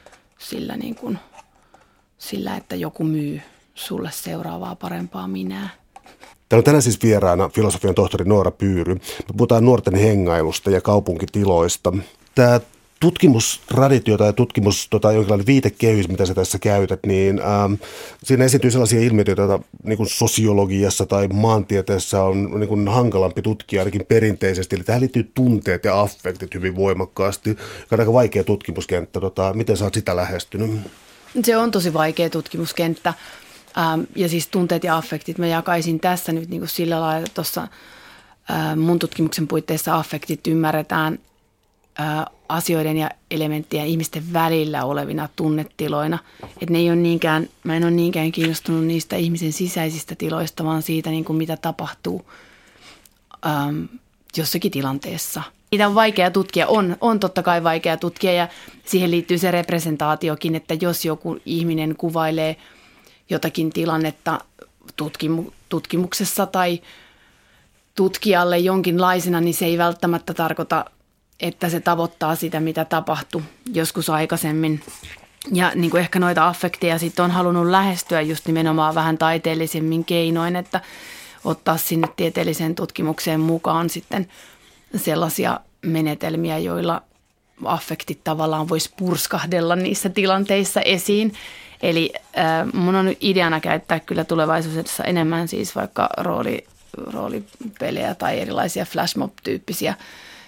sillä, että joku myy sulle seuraavaa parempaa minää. Täällä on tänään siis vieraana filosofian tohtori Noora Pyyry. Me puhutaan nuorten hengailusta ja kaupunkitiloista. Tämä tutkimustraditio tai jonkinlainen viitekehys, mitä sä tässä käytät, niin siinä esiintyy sellaisia ilmiöitä, joita niin kuin sosiologiassa tai maantieteessä on niin kuin hankalampi tutkia ainakin perinteisesti. Eli tähän liittyy tunteet ja affektit hyvin voimakkaasti, joka on aika vaikea tutkimuskenttä. Miten sä oot sitä lähestynyt? Se on tosi vaikea tutkimuskenttä. Ja siis tunteet ja affektit mä jakaisin tässä nyt niin kuin sillä lailla, että tuossa mun tutkimuksen puitteissa affektit ymmärretään asioiden ja elementtien ihmisten välillä olevina tunnetiloina. Että ne ei ole niinkään, mä en ole niinkään kiinnostunut niistä ihmisen sisäisistä tiloista, vaan siitä, niin kuin mitä tapahtuu jossakin tilanteessa. Niitä on vaikea tutkia, on totta kai vaikea tutkia ja siihen liittyy se representaatiokin, että jos joku ihminen kuvailee jotakin tilannetta tutkimuksessa tai tutkijalle jonkinlaisena, niin se ei välttämättä tarkoita, että se tavoittaa sitä, mitä tapahtui joskus aikaisemmin. Ja niin kuin ehkä noita affekteja sitten on halunnut lähestyä just nimenomaan vähän taiteellisemmin keinoin, että ottaa sinne tieteelliseen tutkimukseen mukaan sitten sellaisia menetelmiä, joilla affektit tavallaan voisi purskahdella niissä tilanteissa esiin. Eli mun on nyt ideana käyttää kyllä tulevaisuudessa enemmän siis vaikka roolipelejä tai erilaisia flashmob-tyyppisiä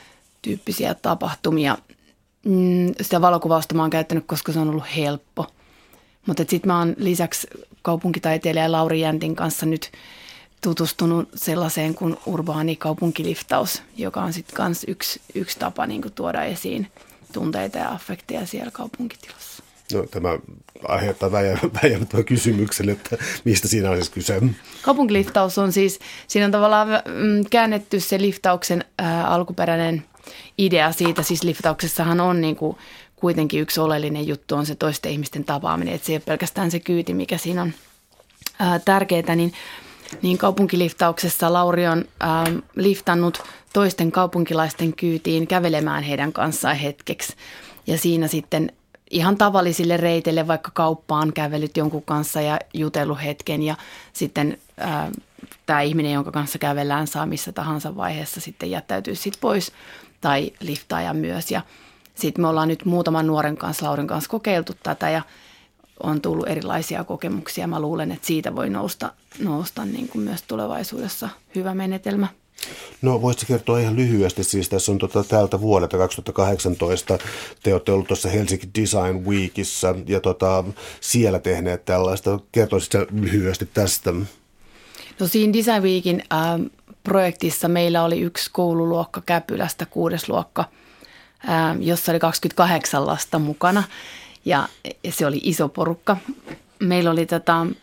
tapahtumia. Sitä valokuvausta mä oon käyttänyt, koska se on ollut helppo. Mutta sitten mä oon lisäksi kaupunkitaiteilija Lauri Jäntin kanssa nyt tutustunut sellaiseen kuin urbaani kaupunkiliftaus, joka on sitten kans yksi tapa niin kuin tuoda esiin tunteita ja affekteja siellä kaupunkitilassa. No, tämä aiheuttaa väijämättömän kysymyksen, että mistä siinä on siis kyse? Kaupunkiliftaus on siis, siinä on tavallaan käännetty se liftauksen alkuperäinen idea siitä. Siis liftauksessahan on niin kuin kuitenkin yksi oleellinen juttu on se toisten ihmisten tapaaminen, että se ei ole pelkästään se kyyti, mikä siinä on tärkeää, niin kaupunkiliftauksessa Lauri on liftannut toisten kaupunkilaisten kyytiin kävelemään heidän kanssaan hetkeksi ja siinä sitten ihan tavallisille reiteille, vaikka kauppaan kävellyt jonkun kanssa ja jutellut hetken ja sitten tämä ihminen, jonka kanssa kävellään, saa missä tahansa vaiheessa sitten jättäytyy sit pois tai liftaaja myös. Ja sitten me ollaan nyt muutaman nuoren kanssa, Laurin kanssa kokeiltu tätä ja on tullut erilaisia kokemuksia. Mä luulen, että siitä voi nousta niin kuin myös tulevaisuudessa hyvä menetelmä. No voisitko kertoa ihan lyhyesti, siis tässä on tältä vuodelta 2018, te olette ollut tuossa Helsinki Design Weekissä ja siellä tehneet tällaista, kertoisitko lyhyesti tästä? No siinä Design Weekin projektissa meillä oli yksi koululuokka Käpylästä, 6. luokka, jossa oli 28 lasta mukana ja se oli iso porukka. Meillä oli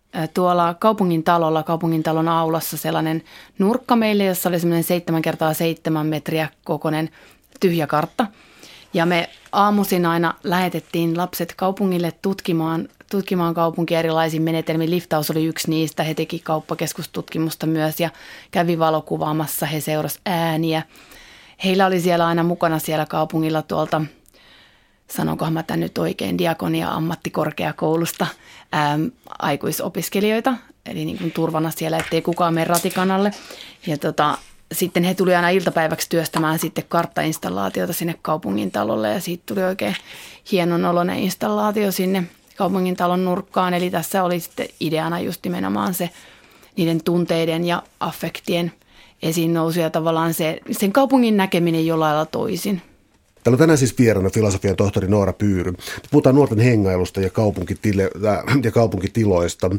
tuolla kaupungintalon aulassa sellainen nurkka meille, jossa oli semmoinen 7x7 metriä kokoinen tyhjä kartta. Ja me aamuisin aina lähetettiin lapset kaupungille tutkimaan kaupunkia erilaisin menetelmin. Liftaus oli yksi niistä. He teki kauppakeskustutkimusta myös ja kävi valokuvaamassa. He seurasi ääniä. Heillä oli siellä aina mukana siellä kaupungilla tuolta, sanonkohan mä tämän nyt oikein, Diakonia ammattikorkeakoulusta aikuisopiskelijoita. Eli niin kuin turvana siellä, ettei kukaan mene ratikanalle. Ja sitten he tuli aina iltapäiväksi työstämään sitten karttainstallaatiota sinne kaupungintalolle ja siitä tuli oikein hienon oloinen installaatio sinne kaupungintalon nurkkaan. Eli tässä oli sitten ideana just nimenomaan se niiden tunteiden ja affektien esiin nousu ja tavallaan sen kaupungin näkeminen jollain lailla toisin. Täällä on tänään siis vieraana filosofian tohtori Noora Pyyry. Puhutaan nuorten hengailusta ja kaupunkitiloista.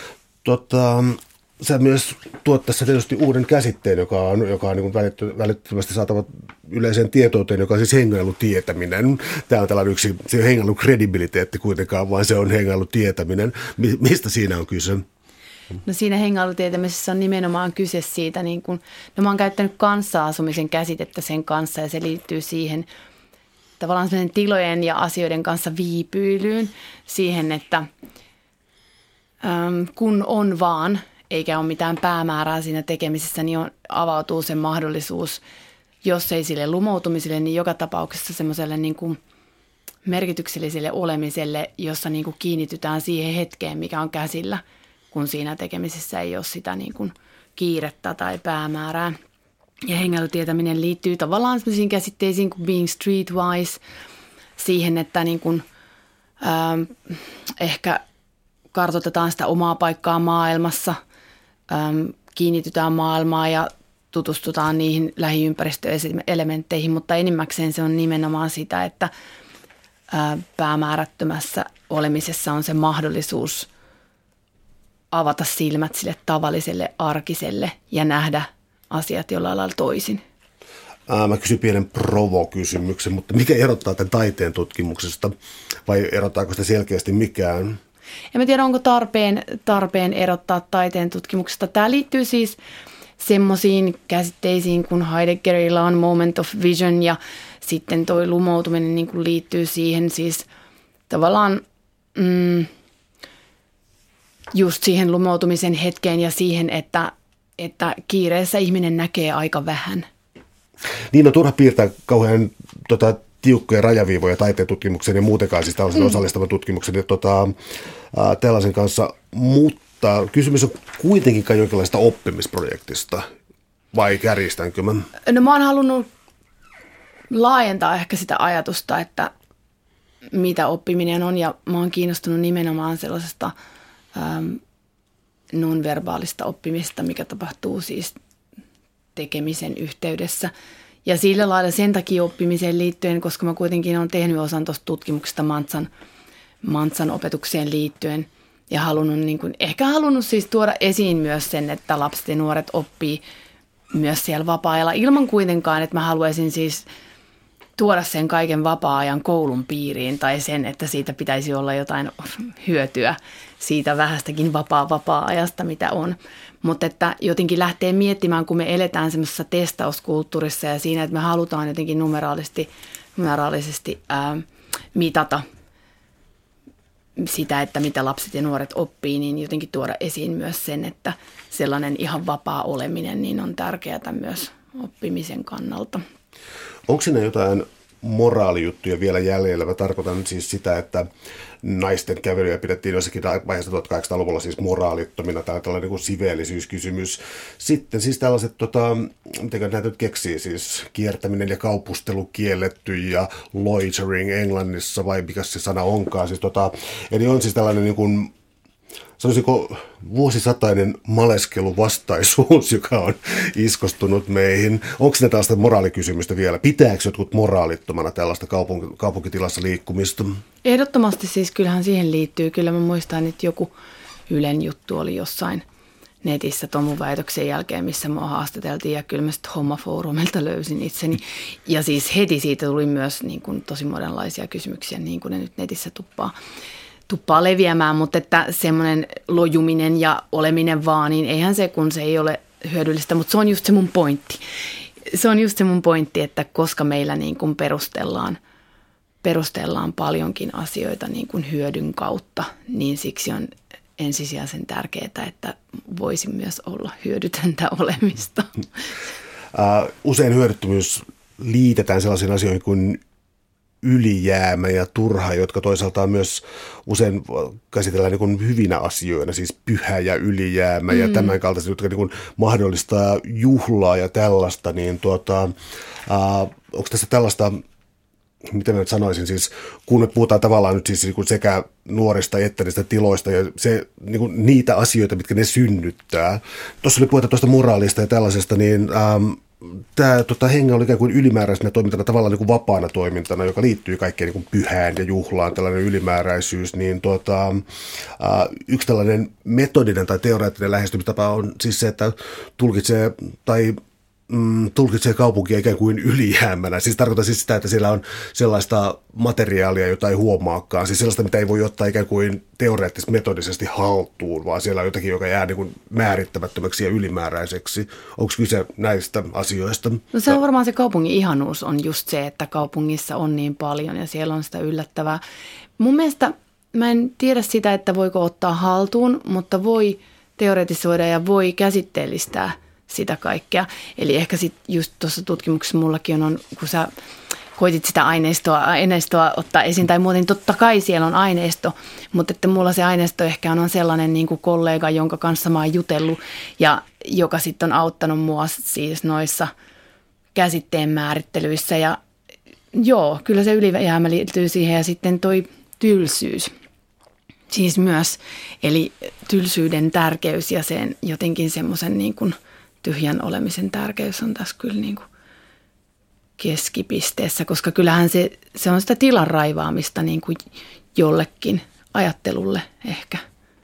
Sä myös tuot tässä tietysti uuden käsitteen, joka on niin välittömästi saatava yleiseen tietouteen, joka on siis hengailutietäminen. Tämä on tällainen yksi, se ei ole hengailun kredibiliteetti kuitenkaan, vaan se on hengailutietäminen. Mistä siinä on kyse? No siinä hengailutietämisessä on nimenomaan kyse siitä, niin kun, mä oon käyttänyt kanssaasumisen käsitettä sen kanssa ja se liittyy siihen tavallaan sellaisen tilojen ja asioiden kanssa viipyilyyn, siihen, että kun on vaan, eikä ole mitään päämäärää siinä tekemisessä, niin avautuu se mahdollisuus, jos ei sille lumoutumiselle, niin joka tapauksessa semmoiselle niin kuin merkitykselliselle olemiselle, jossa niin kuin kiinnitytään siihen hetkeen, mikä on käsillä, kun siinä tekemisessä ei ole sitä niin kuin kiirettä tai päämäärää. Ja hengailutietäminen liittyy tavallaan sellaisiin käsitteisiin kuin being streetwise, siihen, että niin kuin, ehkä kartoitetaan sitä omaa paikkaa maailmassa, kiinnitytään maailmaan ja tutustutaan niihin lähiympäristöelementteihin, mutta enimmäkseen se on nimenomaan sitä, että päämäärättömässä olemisessa on se mahdollisuus avata silmät sille tavalliselle arkiselle ja nähdä asiat jollain lailla toisin. Mä kysyn pienen provo-kysymyksen, mutta mikä erottaa tämän taiteen tutkimuksesta vai erottaako sitä selkeästi mikään? En mä tiedä, onko tarpeen erottaa taiteen tutkimuksesta. Tämä liittyy siis semmoisiin käsitteisiin, kun Heideggerillä on moment of vision ja sitten toi lumoutuminen niin kuin liittyy siihen siis tavallaan just siihen lumoutumisen hetkeen ja siihen, että kiireessä ihminen näkee aika vähän. Niin on turha piirtää kauhean tiukkoja rajaviivoja taiteen tutkimukseen ja muutenkaan siis tällaisen osallistavan tutkimuksen ja tällaisen kanssa, mutta kysymys on kuitenkin kai jonkinlaista oppimisprojektista, vai kärjistänkö mä? No mä oon halunnut laajentaa ehkä sitä ajatusta, että mitä oppiminen on ja mä oon kiinnostunut nimenomaan sellaisesta nonverbaalista oppimista, mikä tapahtuu siis tekemisen yhteydessä. Ja sillä lailla sen takia oppimiseen liittyen, koska mä kuitenkin olen tehnyt osan tuosta tutkimuksesta Mantsan opetukseen liittyen ja ehkä halunnut siis tuoda esiin myös sen, että lapset ja nuoret oppii myös siellä vapaa-ajalla ilman kuitenkaan, että mä haluaisin siis tuoda sen kaiken vapaa-ajan koulun piiriin tai sen, että siitä pitäisi olla jotain hyötyä siitä vähästäkin vapaa-ajasta, mitä on. Mutta että jotenkin lähtee miettimään, kun me eletään semmoisessa testauskulttuurissa ja siinä, että me halutaan jotenkin numeraalisesti mitata sitä, että mitä lapset ja nuoret oppii, niin jotenkin tuoda esiin myös sen, että sellainen ihan vapaa oleminen niin on tärkeää myös oppimisen kannalta. Onko siinä jotain moraalijuttuja vielä jäljellä? Mä tarkoitan siis sitä, että naisten kävelyjä pidettiin jossakin vaiheessa 1800-luvulla siis moraalittomina, tai tällainen niin siveellisyyskysymys. Sitten siis tällaiset, miten näitä nyt keksii, siis kiertäminen ja kaupustelu kielletty ja loitering Englannissa, vai mikä se sana onkaan. Siis eli on siis tällainen niin kuin, sanoisinko vuosisatainen maleskeluvastaisuus, joka on iskostunut meihin. Onko ne tällaista moraalikysymystä vielä? Pitääkö jotkut moraalittomana tällaista kaupunkitilassa liikkumista? Ehdottomasti siis kyllähän siihen liittyy. Kyllä mä muistan, että joku Ylen juttu oli jossain netissä tuon mun väitöksen jälkeen, missä mua haastateltiin ja kyllä mä sitten Hommafoorumilta löysin itseni. Ja siis heti siitä tuli myös niin kuin tosi monenlaisia kysymyksiä, niin kuin ne nyt netissä tuppaa tuppaa leviämään, mutta että semmoinen lojuminen ja oleminen vaan, niin eihän se, kun se ei ole hyödyllistä, mutta se on just se mun pointti. Se on just se mun pointti, että koska meillä niin kuin perustellaan paljonkin asioita niin kuin hyödyn kautta, niin siksi on ensisijaisen tärkeää, että voisi myös olla hyödytöntä olemista. Usein hyödyttömyys liitetään sellaisiin asioihin kuin ylijäämä ja turha, jotka toisaalta on myös usein käsitellään niin kuin hyvinä asioina, siis pyhä ja ylijäämä ja tämän kaltaiset, jotka niin kuin mahdollistaa juhlaa ja tällaista, niin onko tässä tällaista, miten mä nyt sanoisin, siis kun me puhutaan tavallaan nyt siis sekä nuorista että niistä tiloista ja se, niin kuin niitä asioita, mitkä ne synnyttää. Tuossa oli puhetta tuosta moraalista ja tällaisesta, niin tämä henga oli ikään kuin ylimääräisenä toimintana, tavallaan niin kuin vapaana toimintana, joka liittyy kaikkeen niin kuin pyhään ja juhlaan, tällainen ylimääräisyys, niin yksi tällainen metodinen tai teoreettinen lähestymistapa on siis se, että tulkitsee kaupunkia ikään kuin ylijäämänä. Siis tarkoitan siis sitä, että siellä on sellaista materiaalia, jota ei huomaakaan. Siis sellaista, mitä ei voi ottaa ikään kuin teoreettisesti metodisesti haltuun, vaan siellä on jotakin, joka jää niin kuin määrittämättömäksi ja ylimääräiseksi. Onko kyse näistä asioista? No se on varmaan se kaupungin ihanuus on just se, että kaupungissa on niin paljon ja siellä on sitä yllättävää. Mun mielestä mä en tiedä sitä, että voiko ottaa haltuun, mutta voi teoretisoida ja voi käsitteellistää sitä kaikkea. Eli ehkä sitten just tuossa tutkimuksessa mullakin on, kun sä koitit sitä aineistoa ottaa esiin tai muuten, totta kai siellä on aineisto, mutta että mulla se aineisto ehkä on sellainen niin kuin kollega, jonka kanssa mä oon jutellut ja joka sitten on auttanut mua siis noissa käsitteen määrittelyissä ja joo, kyllä se ylijäämä liittyy siihen ja sitten toi tylsyys. Siis myös, eli tylsyyden tärkeys ja sen jotenkin semmoisen niin kuin tyhjän olemisen tärkeys on tässä kyllä niin kuin keskipisteessä, koska kyllähän se on sitä tilan raivaamista niin kuin jollekin ajattelulle ehkä.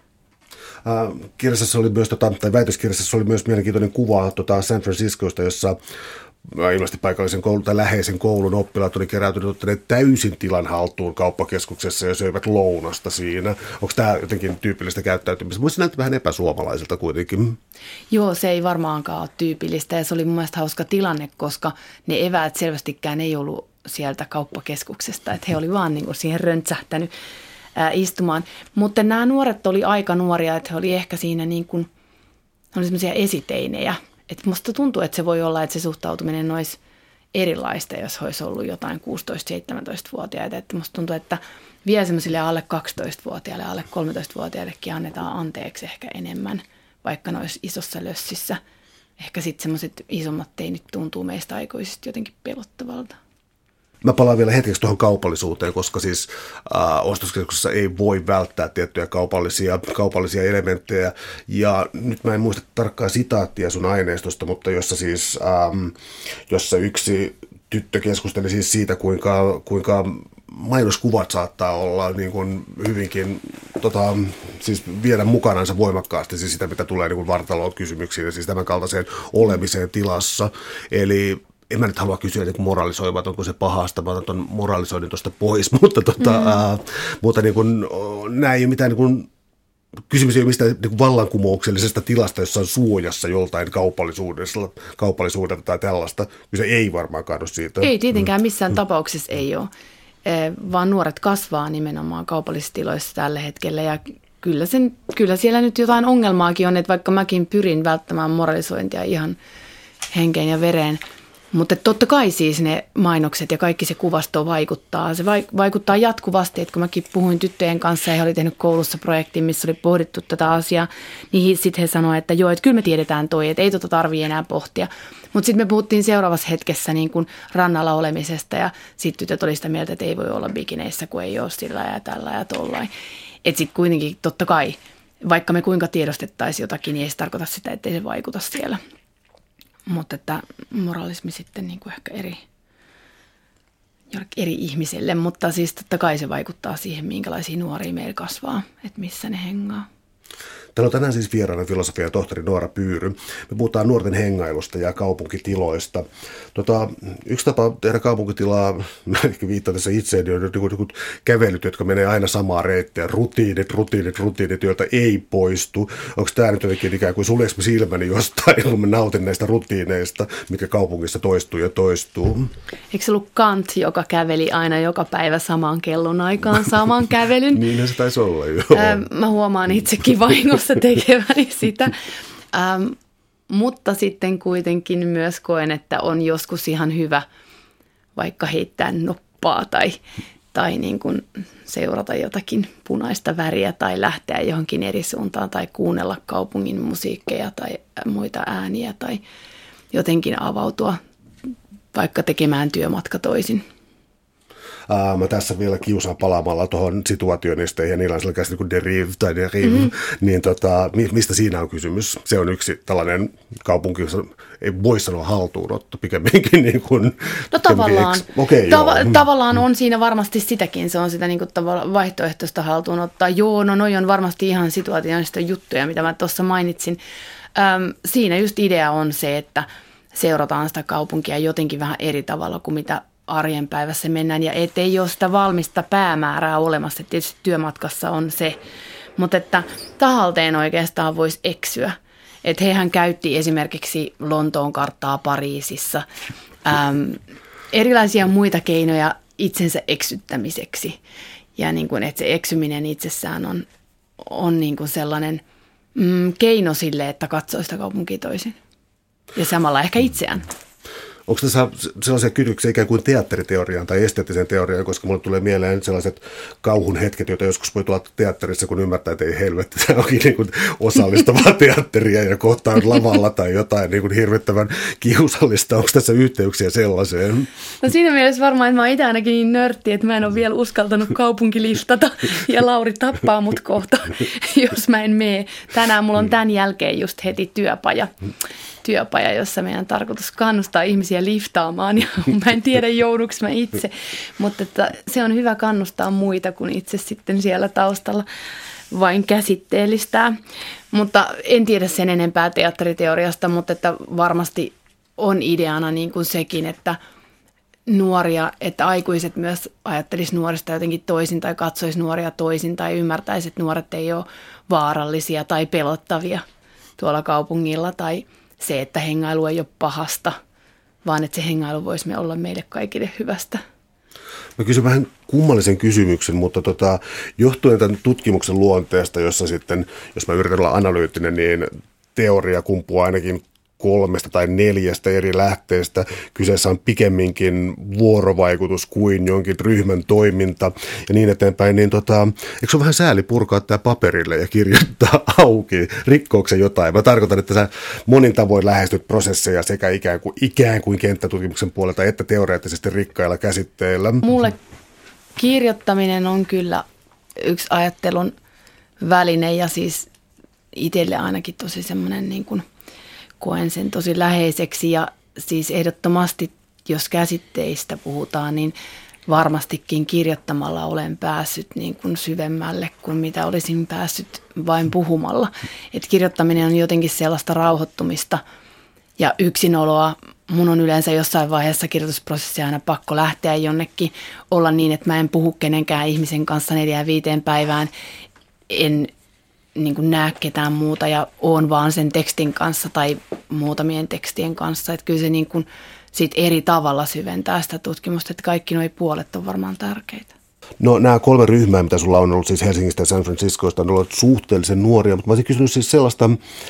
Kirjassa oli myös, tai väitöskirjassa oli myös mielenkiintoinen kuva San Franciscosta, jossa ilmeisesti paikallisen koulun tai läheisen koulun oppilaat oli keräytyneet ottaneet täysin tilan haltuun kauppakeskuksessa ja söivät lounasta siinä. Onko tämä jotenkin tyypillistä käyttäytymistä? Voisi näyttää vähän epäsuomalaiselta kuitenkin. Joo, se ei varmaankaan ole tyypillistä ja se oli mun mielestä hauska tilanne, koska ne eväät selvästikään ei ollut sieltä kauppakeskuksesta, että he oli vaan niin kuin siihen röntsähtänyt istumaan. Mutta nämä nuoret oli aika nuoria, että he oli ehkä siinä niin kuin, oli semmoisia esiteinejä. Että musta tuntuu, että se voi olla, että se suhtautuminen olisi erilaista, jos olisi ollut jotain 16-17-vuotiaita. Että musta tuntuu, että vielä semmoisille alle 12-vuotiaille, alle 13-vuotiaillekin annetaan anteeksi ehkä enemmän, vaikka ne olisi isossa lössissä. Ehkä sitten semmoiset isommat teinit tuntuu meistä aikuisista jotenkin pelottavalta. Mä palaan vielä hetkeksi tuohon kaupallisuuteen, koska siis ostoskeskuksessa ei voi välttää tiettyjä kaupallisia elementtejä. Ja nyt mä en muista tarkkaa sitaattia sun aineistosta, mutta jossa yksi tyttö keskusteli siis siitä, kuinka mainoskuvat saattaa olla niin kuin hyvinkin siis viedä mukanansa voimakkaasti siis sitä, mitä tulee niin kuin vartaloon kysymyksiin ja siis tämän kaltaiseen olemiseen tilassa. Eli en mä nyt halua kysyä niin moralisoivat, onko se pahasta, mä otan tuon moralisoinnin tuosta pois, mutta niin kuin, nämä ei ole mitään, niin kuin, kysymys ei ole mistään niin kuin vallankumouksellisesta tilasta, jossa on suojassa joltain kaupallisuudelta tai tällaista. Kyse ei varmaankaan ole siitä. Ei tietenkään missään tapauksessa ei ole, vaan nuoret kasvaa nimenomaan kaupallisissa tiloissa tällä hetkellä ja kyllä siellä nyt jotain ongelmaakin on, että vaikka mäkin pyrin välttämään moralisointia ihan henkeen ja vereen, mutta totta kai siis ne mainokset ja kaikki se kuvasto vaikuttaa. Se vaikuttaa jatkuvasti, että kun mäkin puhuin tyttöjen kanssa ja he oli tehnyt koulussa projektin, missä oli pohdittu tätä asiaa, niin sitten he sanoivat, että joo, että kyllä me tiedetään toi, että ei tarvitse enää pohtia. Mutta sitten me puhuttiin seuraavassa hetkessä niin kuin rannalla olemisesta ja sitten tytöt oli sitä mieltä, että ei voi olla bikineissä, kun ei ole sillä ja tällä ja tollain. Että sitten kuitenkin totta kai, vaikka me kuinka tiedostettaisiin jotakin, niin ei se tarkoita sitä, että ei se vaikuta siellä. Mutta että moralismi sitten niin kuin ehkä eri ihmiselle, mutta siis totta kai se vaikuttaa siihen, minkälaisia nuoria meillä kasvaa, että missä ne hengaa. Täällä on tänään siis vieraana filosofian tohtori Noora Pyyry. Me puhutaan nuorten hengailusta ja kaupunkitiloista. Yksi tapa tehdä kaupunkitilaa, mä ehkä viittaan tässä itseäni, on jotkut kävelyt, jotka menee aina samaa reittiä. Rutiinit, joilta ei poistu. Onko tämä nyt jotenkin ikään kuin suljeeko mä silmäni jostain, kun mä nautin näistä rutiineista, mitkä kaupungissa toistuu ja toistuu? Eikö se ollut Kant, joka käveli aina joka päivä samaan kellonaikaan saman kävelyn? Niinhän se taisi olla, joo. Mä huomaan itsekin vahingossa tekeväni sitä, mutta sitten kuitenkin myös koen, että on joskus ihan hyvä vaikka heittää noppaa tai niin kuin seurata jotakin punaista väriä tai lähteä johonkin eri suuntaan tai kuunnella kaupungin musiikkeja tai muita ääniä tai jotenkin avautua vaikka tekemään työmatka toisin. Mä tässä vielä kiusaan palaamalla tuohon situationisteihin ja niillä on sellainen käsite kuin derive, niin mistä siinä on kysymys? Se on yksi tällainen kaupunki, jossa ei voi sanoa haltuunotto, pikemminkin niin kuin... No tavallaan, tavallaan on siinä varmasti sitäkin, se on sitä niin kuin vaihtoehtoista haltuunottaa. Joo, no noi on varmasti ihan situationista juttuja, mitä mä tuossa mainitsin. Siinä just idea on se, että seurataan sitä kaupunkia jotenkin vähän eri tavalla kuin mitä arjen päivässä mennään ja ettei ole sitä valmista päämäärää olemassa. Tietysti työmatkassa on se, mutta että tahalteen oikeastaan voisi eksyä. Että hehän käytti esimerkiksi Lontoon karttaa Pariisissa, erilaisia muita keinoja itsensä eksyttämiseksi. Ja niin kuin, että se eksyminen itsessään on niin kuin sellainen keino sille, että katsoo sitä kaupunkia toisin. Ja samalla ehkä itseään. Onko tässä sellaisia kysymyksiä ikään kuin teatteriteoriaan tai esteettiseen teoriaan, koska mulle tulee mieleen sellaiset kauhun hetket, joita joskus voi tulla teatterissa, kun ymmärtää, että ei helvetti, tämä onkin niin kuin osallistavaa teatteria ja kohta on lavalla tai jotain niin kuin hirvittävän kiusallista. Onko tässä yhteyksiä sellaiseen? No siinä mielessä varmaan, että mä oon itse ainakin niin nörtti, että mä en ole vielä uskaltanut kaupunkiliftata ja Lauri tappaa mut kohta, jos mä en mene. Tänään mulla on tämän jälkeen just heti työpaja, jossa meidän tarkoitus kannustaa ihmisiä liftaamaan ja mä en tiedä jouduks mä itse, mutta että se on hyvä kannustaa muita kuin itse sitten siellä taustalla vain käsitteellistää. Mutta en tiedä sen enempää teatteriteoriasta, mutta että varmasti on ideana niin kuin sekin, että nuoria, että aikuiset myös ajattelisi nuorista jotenkin toisin tai katsoisi nuoria toisin tai ymmärtäisi, että nuoret ei ole vaarallisia tai pelottavia tuolla kaupungilla tai se, että hengailu ei ole pahasta, vaan että se hengailu voisi olla meille kaikille hyvästä. Mä kysyn vähän kummallisen kysymyksen, mutta johtuen tämän tutkimuksen luonteesta, jossa sitten, jos mä yritän olla analyyttinen, niin teoria kumpuaa ainakin 3 tai 4 eri lähteestä. Kyseessä on pikemminkin vuorovaikutus kuin jonkin ryhmän toiminta ja niin eteenpäin. Niin eikö se ole vähän sääli purkaa tämä paperille ja kirjoittaa auki? Rikkooko se jotain? Mä tarkoitan, että sä monin tavoin lähestyt prosesseja sekä ikään kuin kenttätutkimuksen puolelta että teoreettisesti rikkailla käsitteillä. Mulle kirjoittaminen on kyllä yksi ajattelun väline ja siis itselle ainakin tosi semmoinen niin kuin koen sen tosi läheiseksi ja siis ehdottomasti, jos käsitteistä puhutaan, niin varmastikin kirjoittamalla olen päässyt niin kuin syvemmälle kuin mitä olisin päässyt vain puhumalla. Et kirjoittaminen on jotenkin sellaista rauhoittumista ja yksinoloa. Mun on yleensä jossain vaiheessa kirjoitusprosessia aina pakko lähteä jonnekin, olla niin, että mä en puhu kenenkään ihmisen kanssa 4-5 päivään, en niin kuin näe ketään muuta ja oon vaan sen tekstin kanssa tai muutamien tekstien kanssa. Että kyllä se niin kuin sit eri tavalla syventää sitä tutkimusta, että kaikki nuo puolet on varmaan tärkeitä. No nämä 3 ryhmää, mitä sulla on ollut siis Helsingistä ja San Franciscoista, on ollut suhteellisen nuoria, mutta mä olisin kysynyt siis sellaista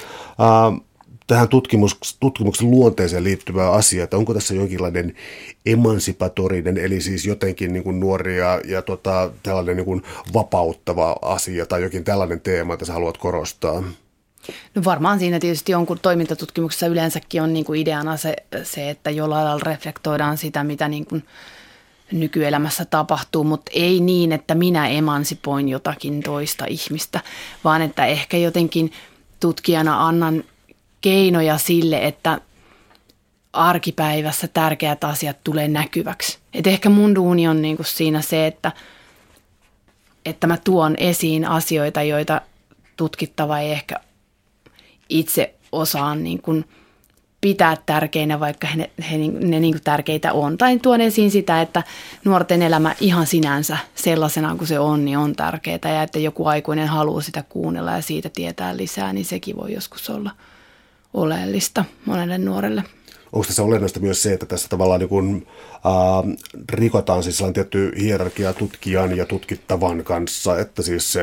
tähän tutkimuksen luonteeseen liittyvää asiaa, että onko tässä jonkinlainen emansipatorinen, eli siis jotenkin niin kuin nuoria ja tällainen niin kuin vapauttava asia tai jokin tällainen teema, että sä haluat korostaa? No varmaan siinä tietysti jonkun toimintatutkimuksessa yleensäkin on niin kuin ideana se, että jollain lailla reflektoidaan sitä, mitä niin kuin nykyelämässä tapahtuu, mutta ei niin, että minä emansipoin jotakin toista ihmistä, vaan että ehkä jotenkin tutkijana annan keinoja sille, että arkipäivässä tärkeät asiat tulee näkyväksi. Et ehkä mun duuni on niinku siinä se, että mä tuon esiin asioita, joita tutkittava ei ehkä itse osaa niin kuin pitää tärkeinä, vaikka ne niin kuin tärkeitä on. Tai tuon esiin sitä, että nuorten elämä ihan sinänsä sellaisena kuin se on, niin on tärkeää. Ja että joku aikuinen haluaa sitä kuunnella ja siitä tietää lisää, niin sekin voi joskus olla oleellista monelle nuorelle. Onko tässä olennaista myös se, että tässä tavallaan niin kuin, rikotaan siis sellainen tietty hierarkia tutkijan ja tutkittavan kanssa, että siis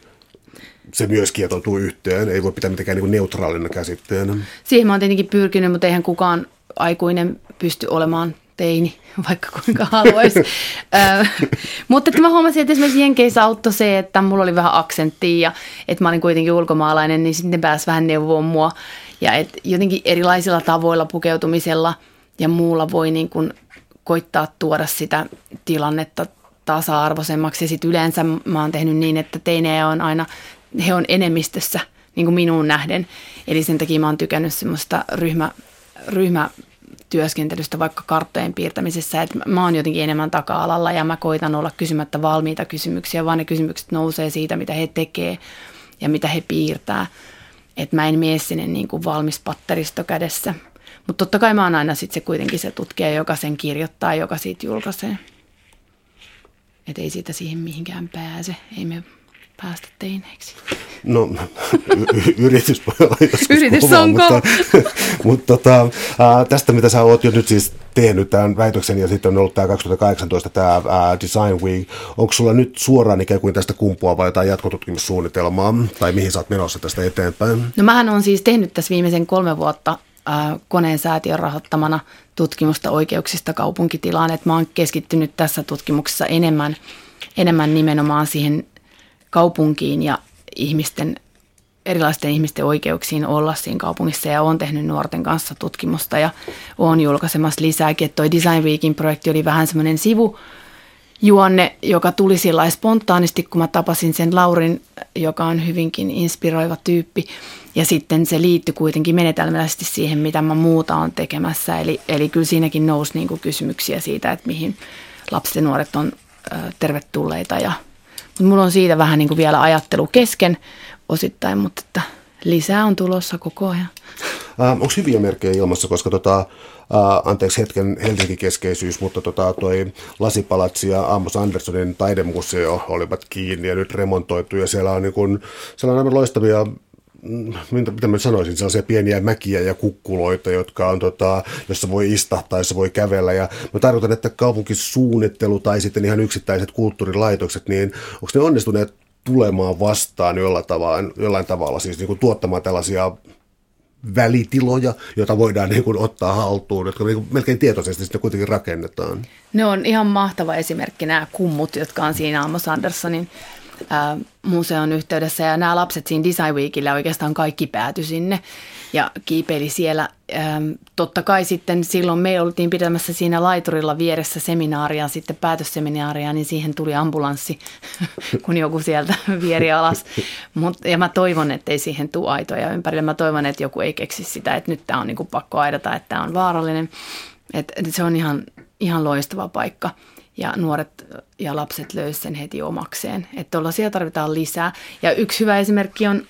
se myös kietoutuu yhteen, ei voi pitää mitenkään niin kuin neutraalina käsitteenä. Siihen mä oon tietenkin pyrkinyt, mutta eihän kukaan aikuinen pysty olemaan teini, vaikka kuinka haluaisi. Mutta että mä huomasin, että esimerkiksi Jenkeissä auttoi se, että mulla oli vähän aksenttia ja että mä olin kuitenkin ulkomaalainen, niin sitten ne pääsi vähän neuvomaan mua. Ja että jotenkin erilaisilla tavoilla pukeutumisella ja muulla voi niin kuin koittaa tuoda sitä tilannetta tasa-arvoisemmaksi. Ja sitten yleensä mä oon tehnyt niin, että teinejä on aina, he on enemmistössä niin kuin minuun nähden. Eli sen takia mä oon tykännyt semmoista ryhmätyöskentelystä vaikka karttojen piirtämisessä. Että mä oon jotenkin enemmän taka-alalla ja mä koitan olla kysymättä valmiita kysymyksiä, vaan ne kysymykset nousee siitä, mitä he tekee ja mitä he piirtää. Että mä en mene sinne niin kuin valmis patteristo kädessä. Mutta totta kai mä oon aina sitten kuitenkin se tutkija, joka sen kirjoittaa, joka siitä julkaisee. Että ei siitä siihen mihinkään pääse. Ei me päästä teineiksi. No, yritys voi olla joskus Yritys kova, on mutta tästä, mitä sä oot jo nyt siis tehnyt tämän väitöksen, ja sitten on ollut tämä 2018 tämä Design Week. Onko sulla nyt suoraan ikään kuin tästä kumpuavaa jotain jatkotutkimussuunnitelmaa, tai mihin sä oot menossa tästä eteenpäin? No mähän on siis tehnyt tässä viimeisen 3 vuotta Koneen säätiön rahoittamana tutkimusta oikeuksista kaupunkitilaan, että mä oon keskittynyt tässä tutkimuksessa enemmän nimenomaan siihen kaupunkiin ja erilaisten ihmisten oikeuksiin olla siinä kaupungissa, ja olen tehnyt nuorten kanssa tutkimusta ja olen julkaisemassa lisääkin, että toi Design Weekin projekti oli vähän semmoinen sivujuonne, joka tuli sillä spontaanisti, kun mä tapasin sen Laurin, joka on hyvinkin inspiroiva tyyppi, ja sitten se liittyi kuitenkin menetelmällisesti siihen, mitä mä muuta on tekemässä, eli kyllä siinäkin nousi niin kuin kysymyksiä siitä, että mihin lapset ja nuoret on tervetulleita, mutta mulla on siitä vähän niin kuin vielä ajattelu kesken osittain, mutta että lisää on tulossa koko ajan. Onko hyviä merkkejä ilmassa, koska anteeksi hetken Helsinki-keskeisyys, mutta toi Lasipalatsi ja Amos Anderssonin taidemuseo olivat kiinni ja nyt remontoitu, ja siellä on aivan loistavia, mitä mä sanoisin, sellaisia pieniä mäkiä ja kukkuloita, jotka on, jossa voi istahtaa, jossa voi kävellä. Ja mä tarkoitan, että kaupunkisuunnittelu tai sitten ihan yksittäiset kulttuurilaitokset, niin onko ne onnistuneet tulemaan vastaan jollain tavalla, siis niin kuin tuottamaan tällaisia välitiloja, joita voidaan niin kuin ottaa haltuun, jotka niin kuin melkein tietoisesti sitten kuitenkin rakennetaan? Ne on ihan mahtava esimerkki, nämä kummut, jotka on siinä Amos Anderssonin museon yhteydessä, ja nämä lapset siinä Design Weekillä oikeastaan kaikki päätyi sinne ja kiipeili siellä. Totta kai sitten silloin me oltiin pitämässä siinä laiturilla vieressä seminaaria, sitten päätösseminaaria, niin siihen tuli ambulanssi, kun joku sieltä vieri alas. Ja mä toivon, että ei siihen tule aitoja ympärille. Mä toivon, että joku ei keksi sitä, että nyt tämä on niin kuin pakko aidata, että tämä on vaarallinen. Että se on ihan loistava paikka. Ja nuoret ja lapset löysivät sen heti omakseen. Että tuollaisia tarvitaan lisää. Ja yksi hyvä esimerkki on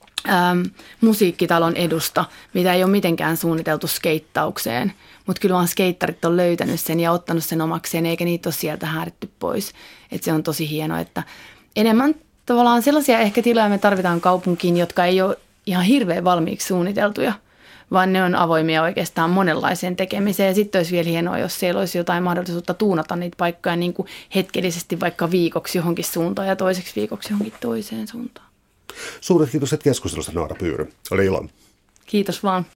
musiikkitalon edusta, mitä ei ole mitenkään suunniteltu skeittaukseen. Mutta kyllä vaan skeittarit on löytänyt sen ja ottanut sen omakseen, eikä niitä ole sieltä häädetty pois. Että se on tosi hienoa, että enemmän tavallaan sellaisia ehkä tiloja me tarvitaan kaupunkiin, jotka ei ole ihan hirveän valmiiksi suunniteltuja, vaan ne on avoimia oikeastaan monenlaiseen tekemiseen. Ja sitten olisi vielä hienoa, jos siellä olisi jotain mahdollisuutta tuunata niitä paikkoja niin kuin hetkellisesti vaikka viikoksi johonkin suuntaan ja toiseksi viikoksi johonkin toiseen suuntaan. Suuret kiitokset keskustelusta, Noora Pyyry. Oli ilo. Kiitos vaan.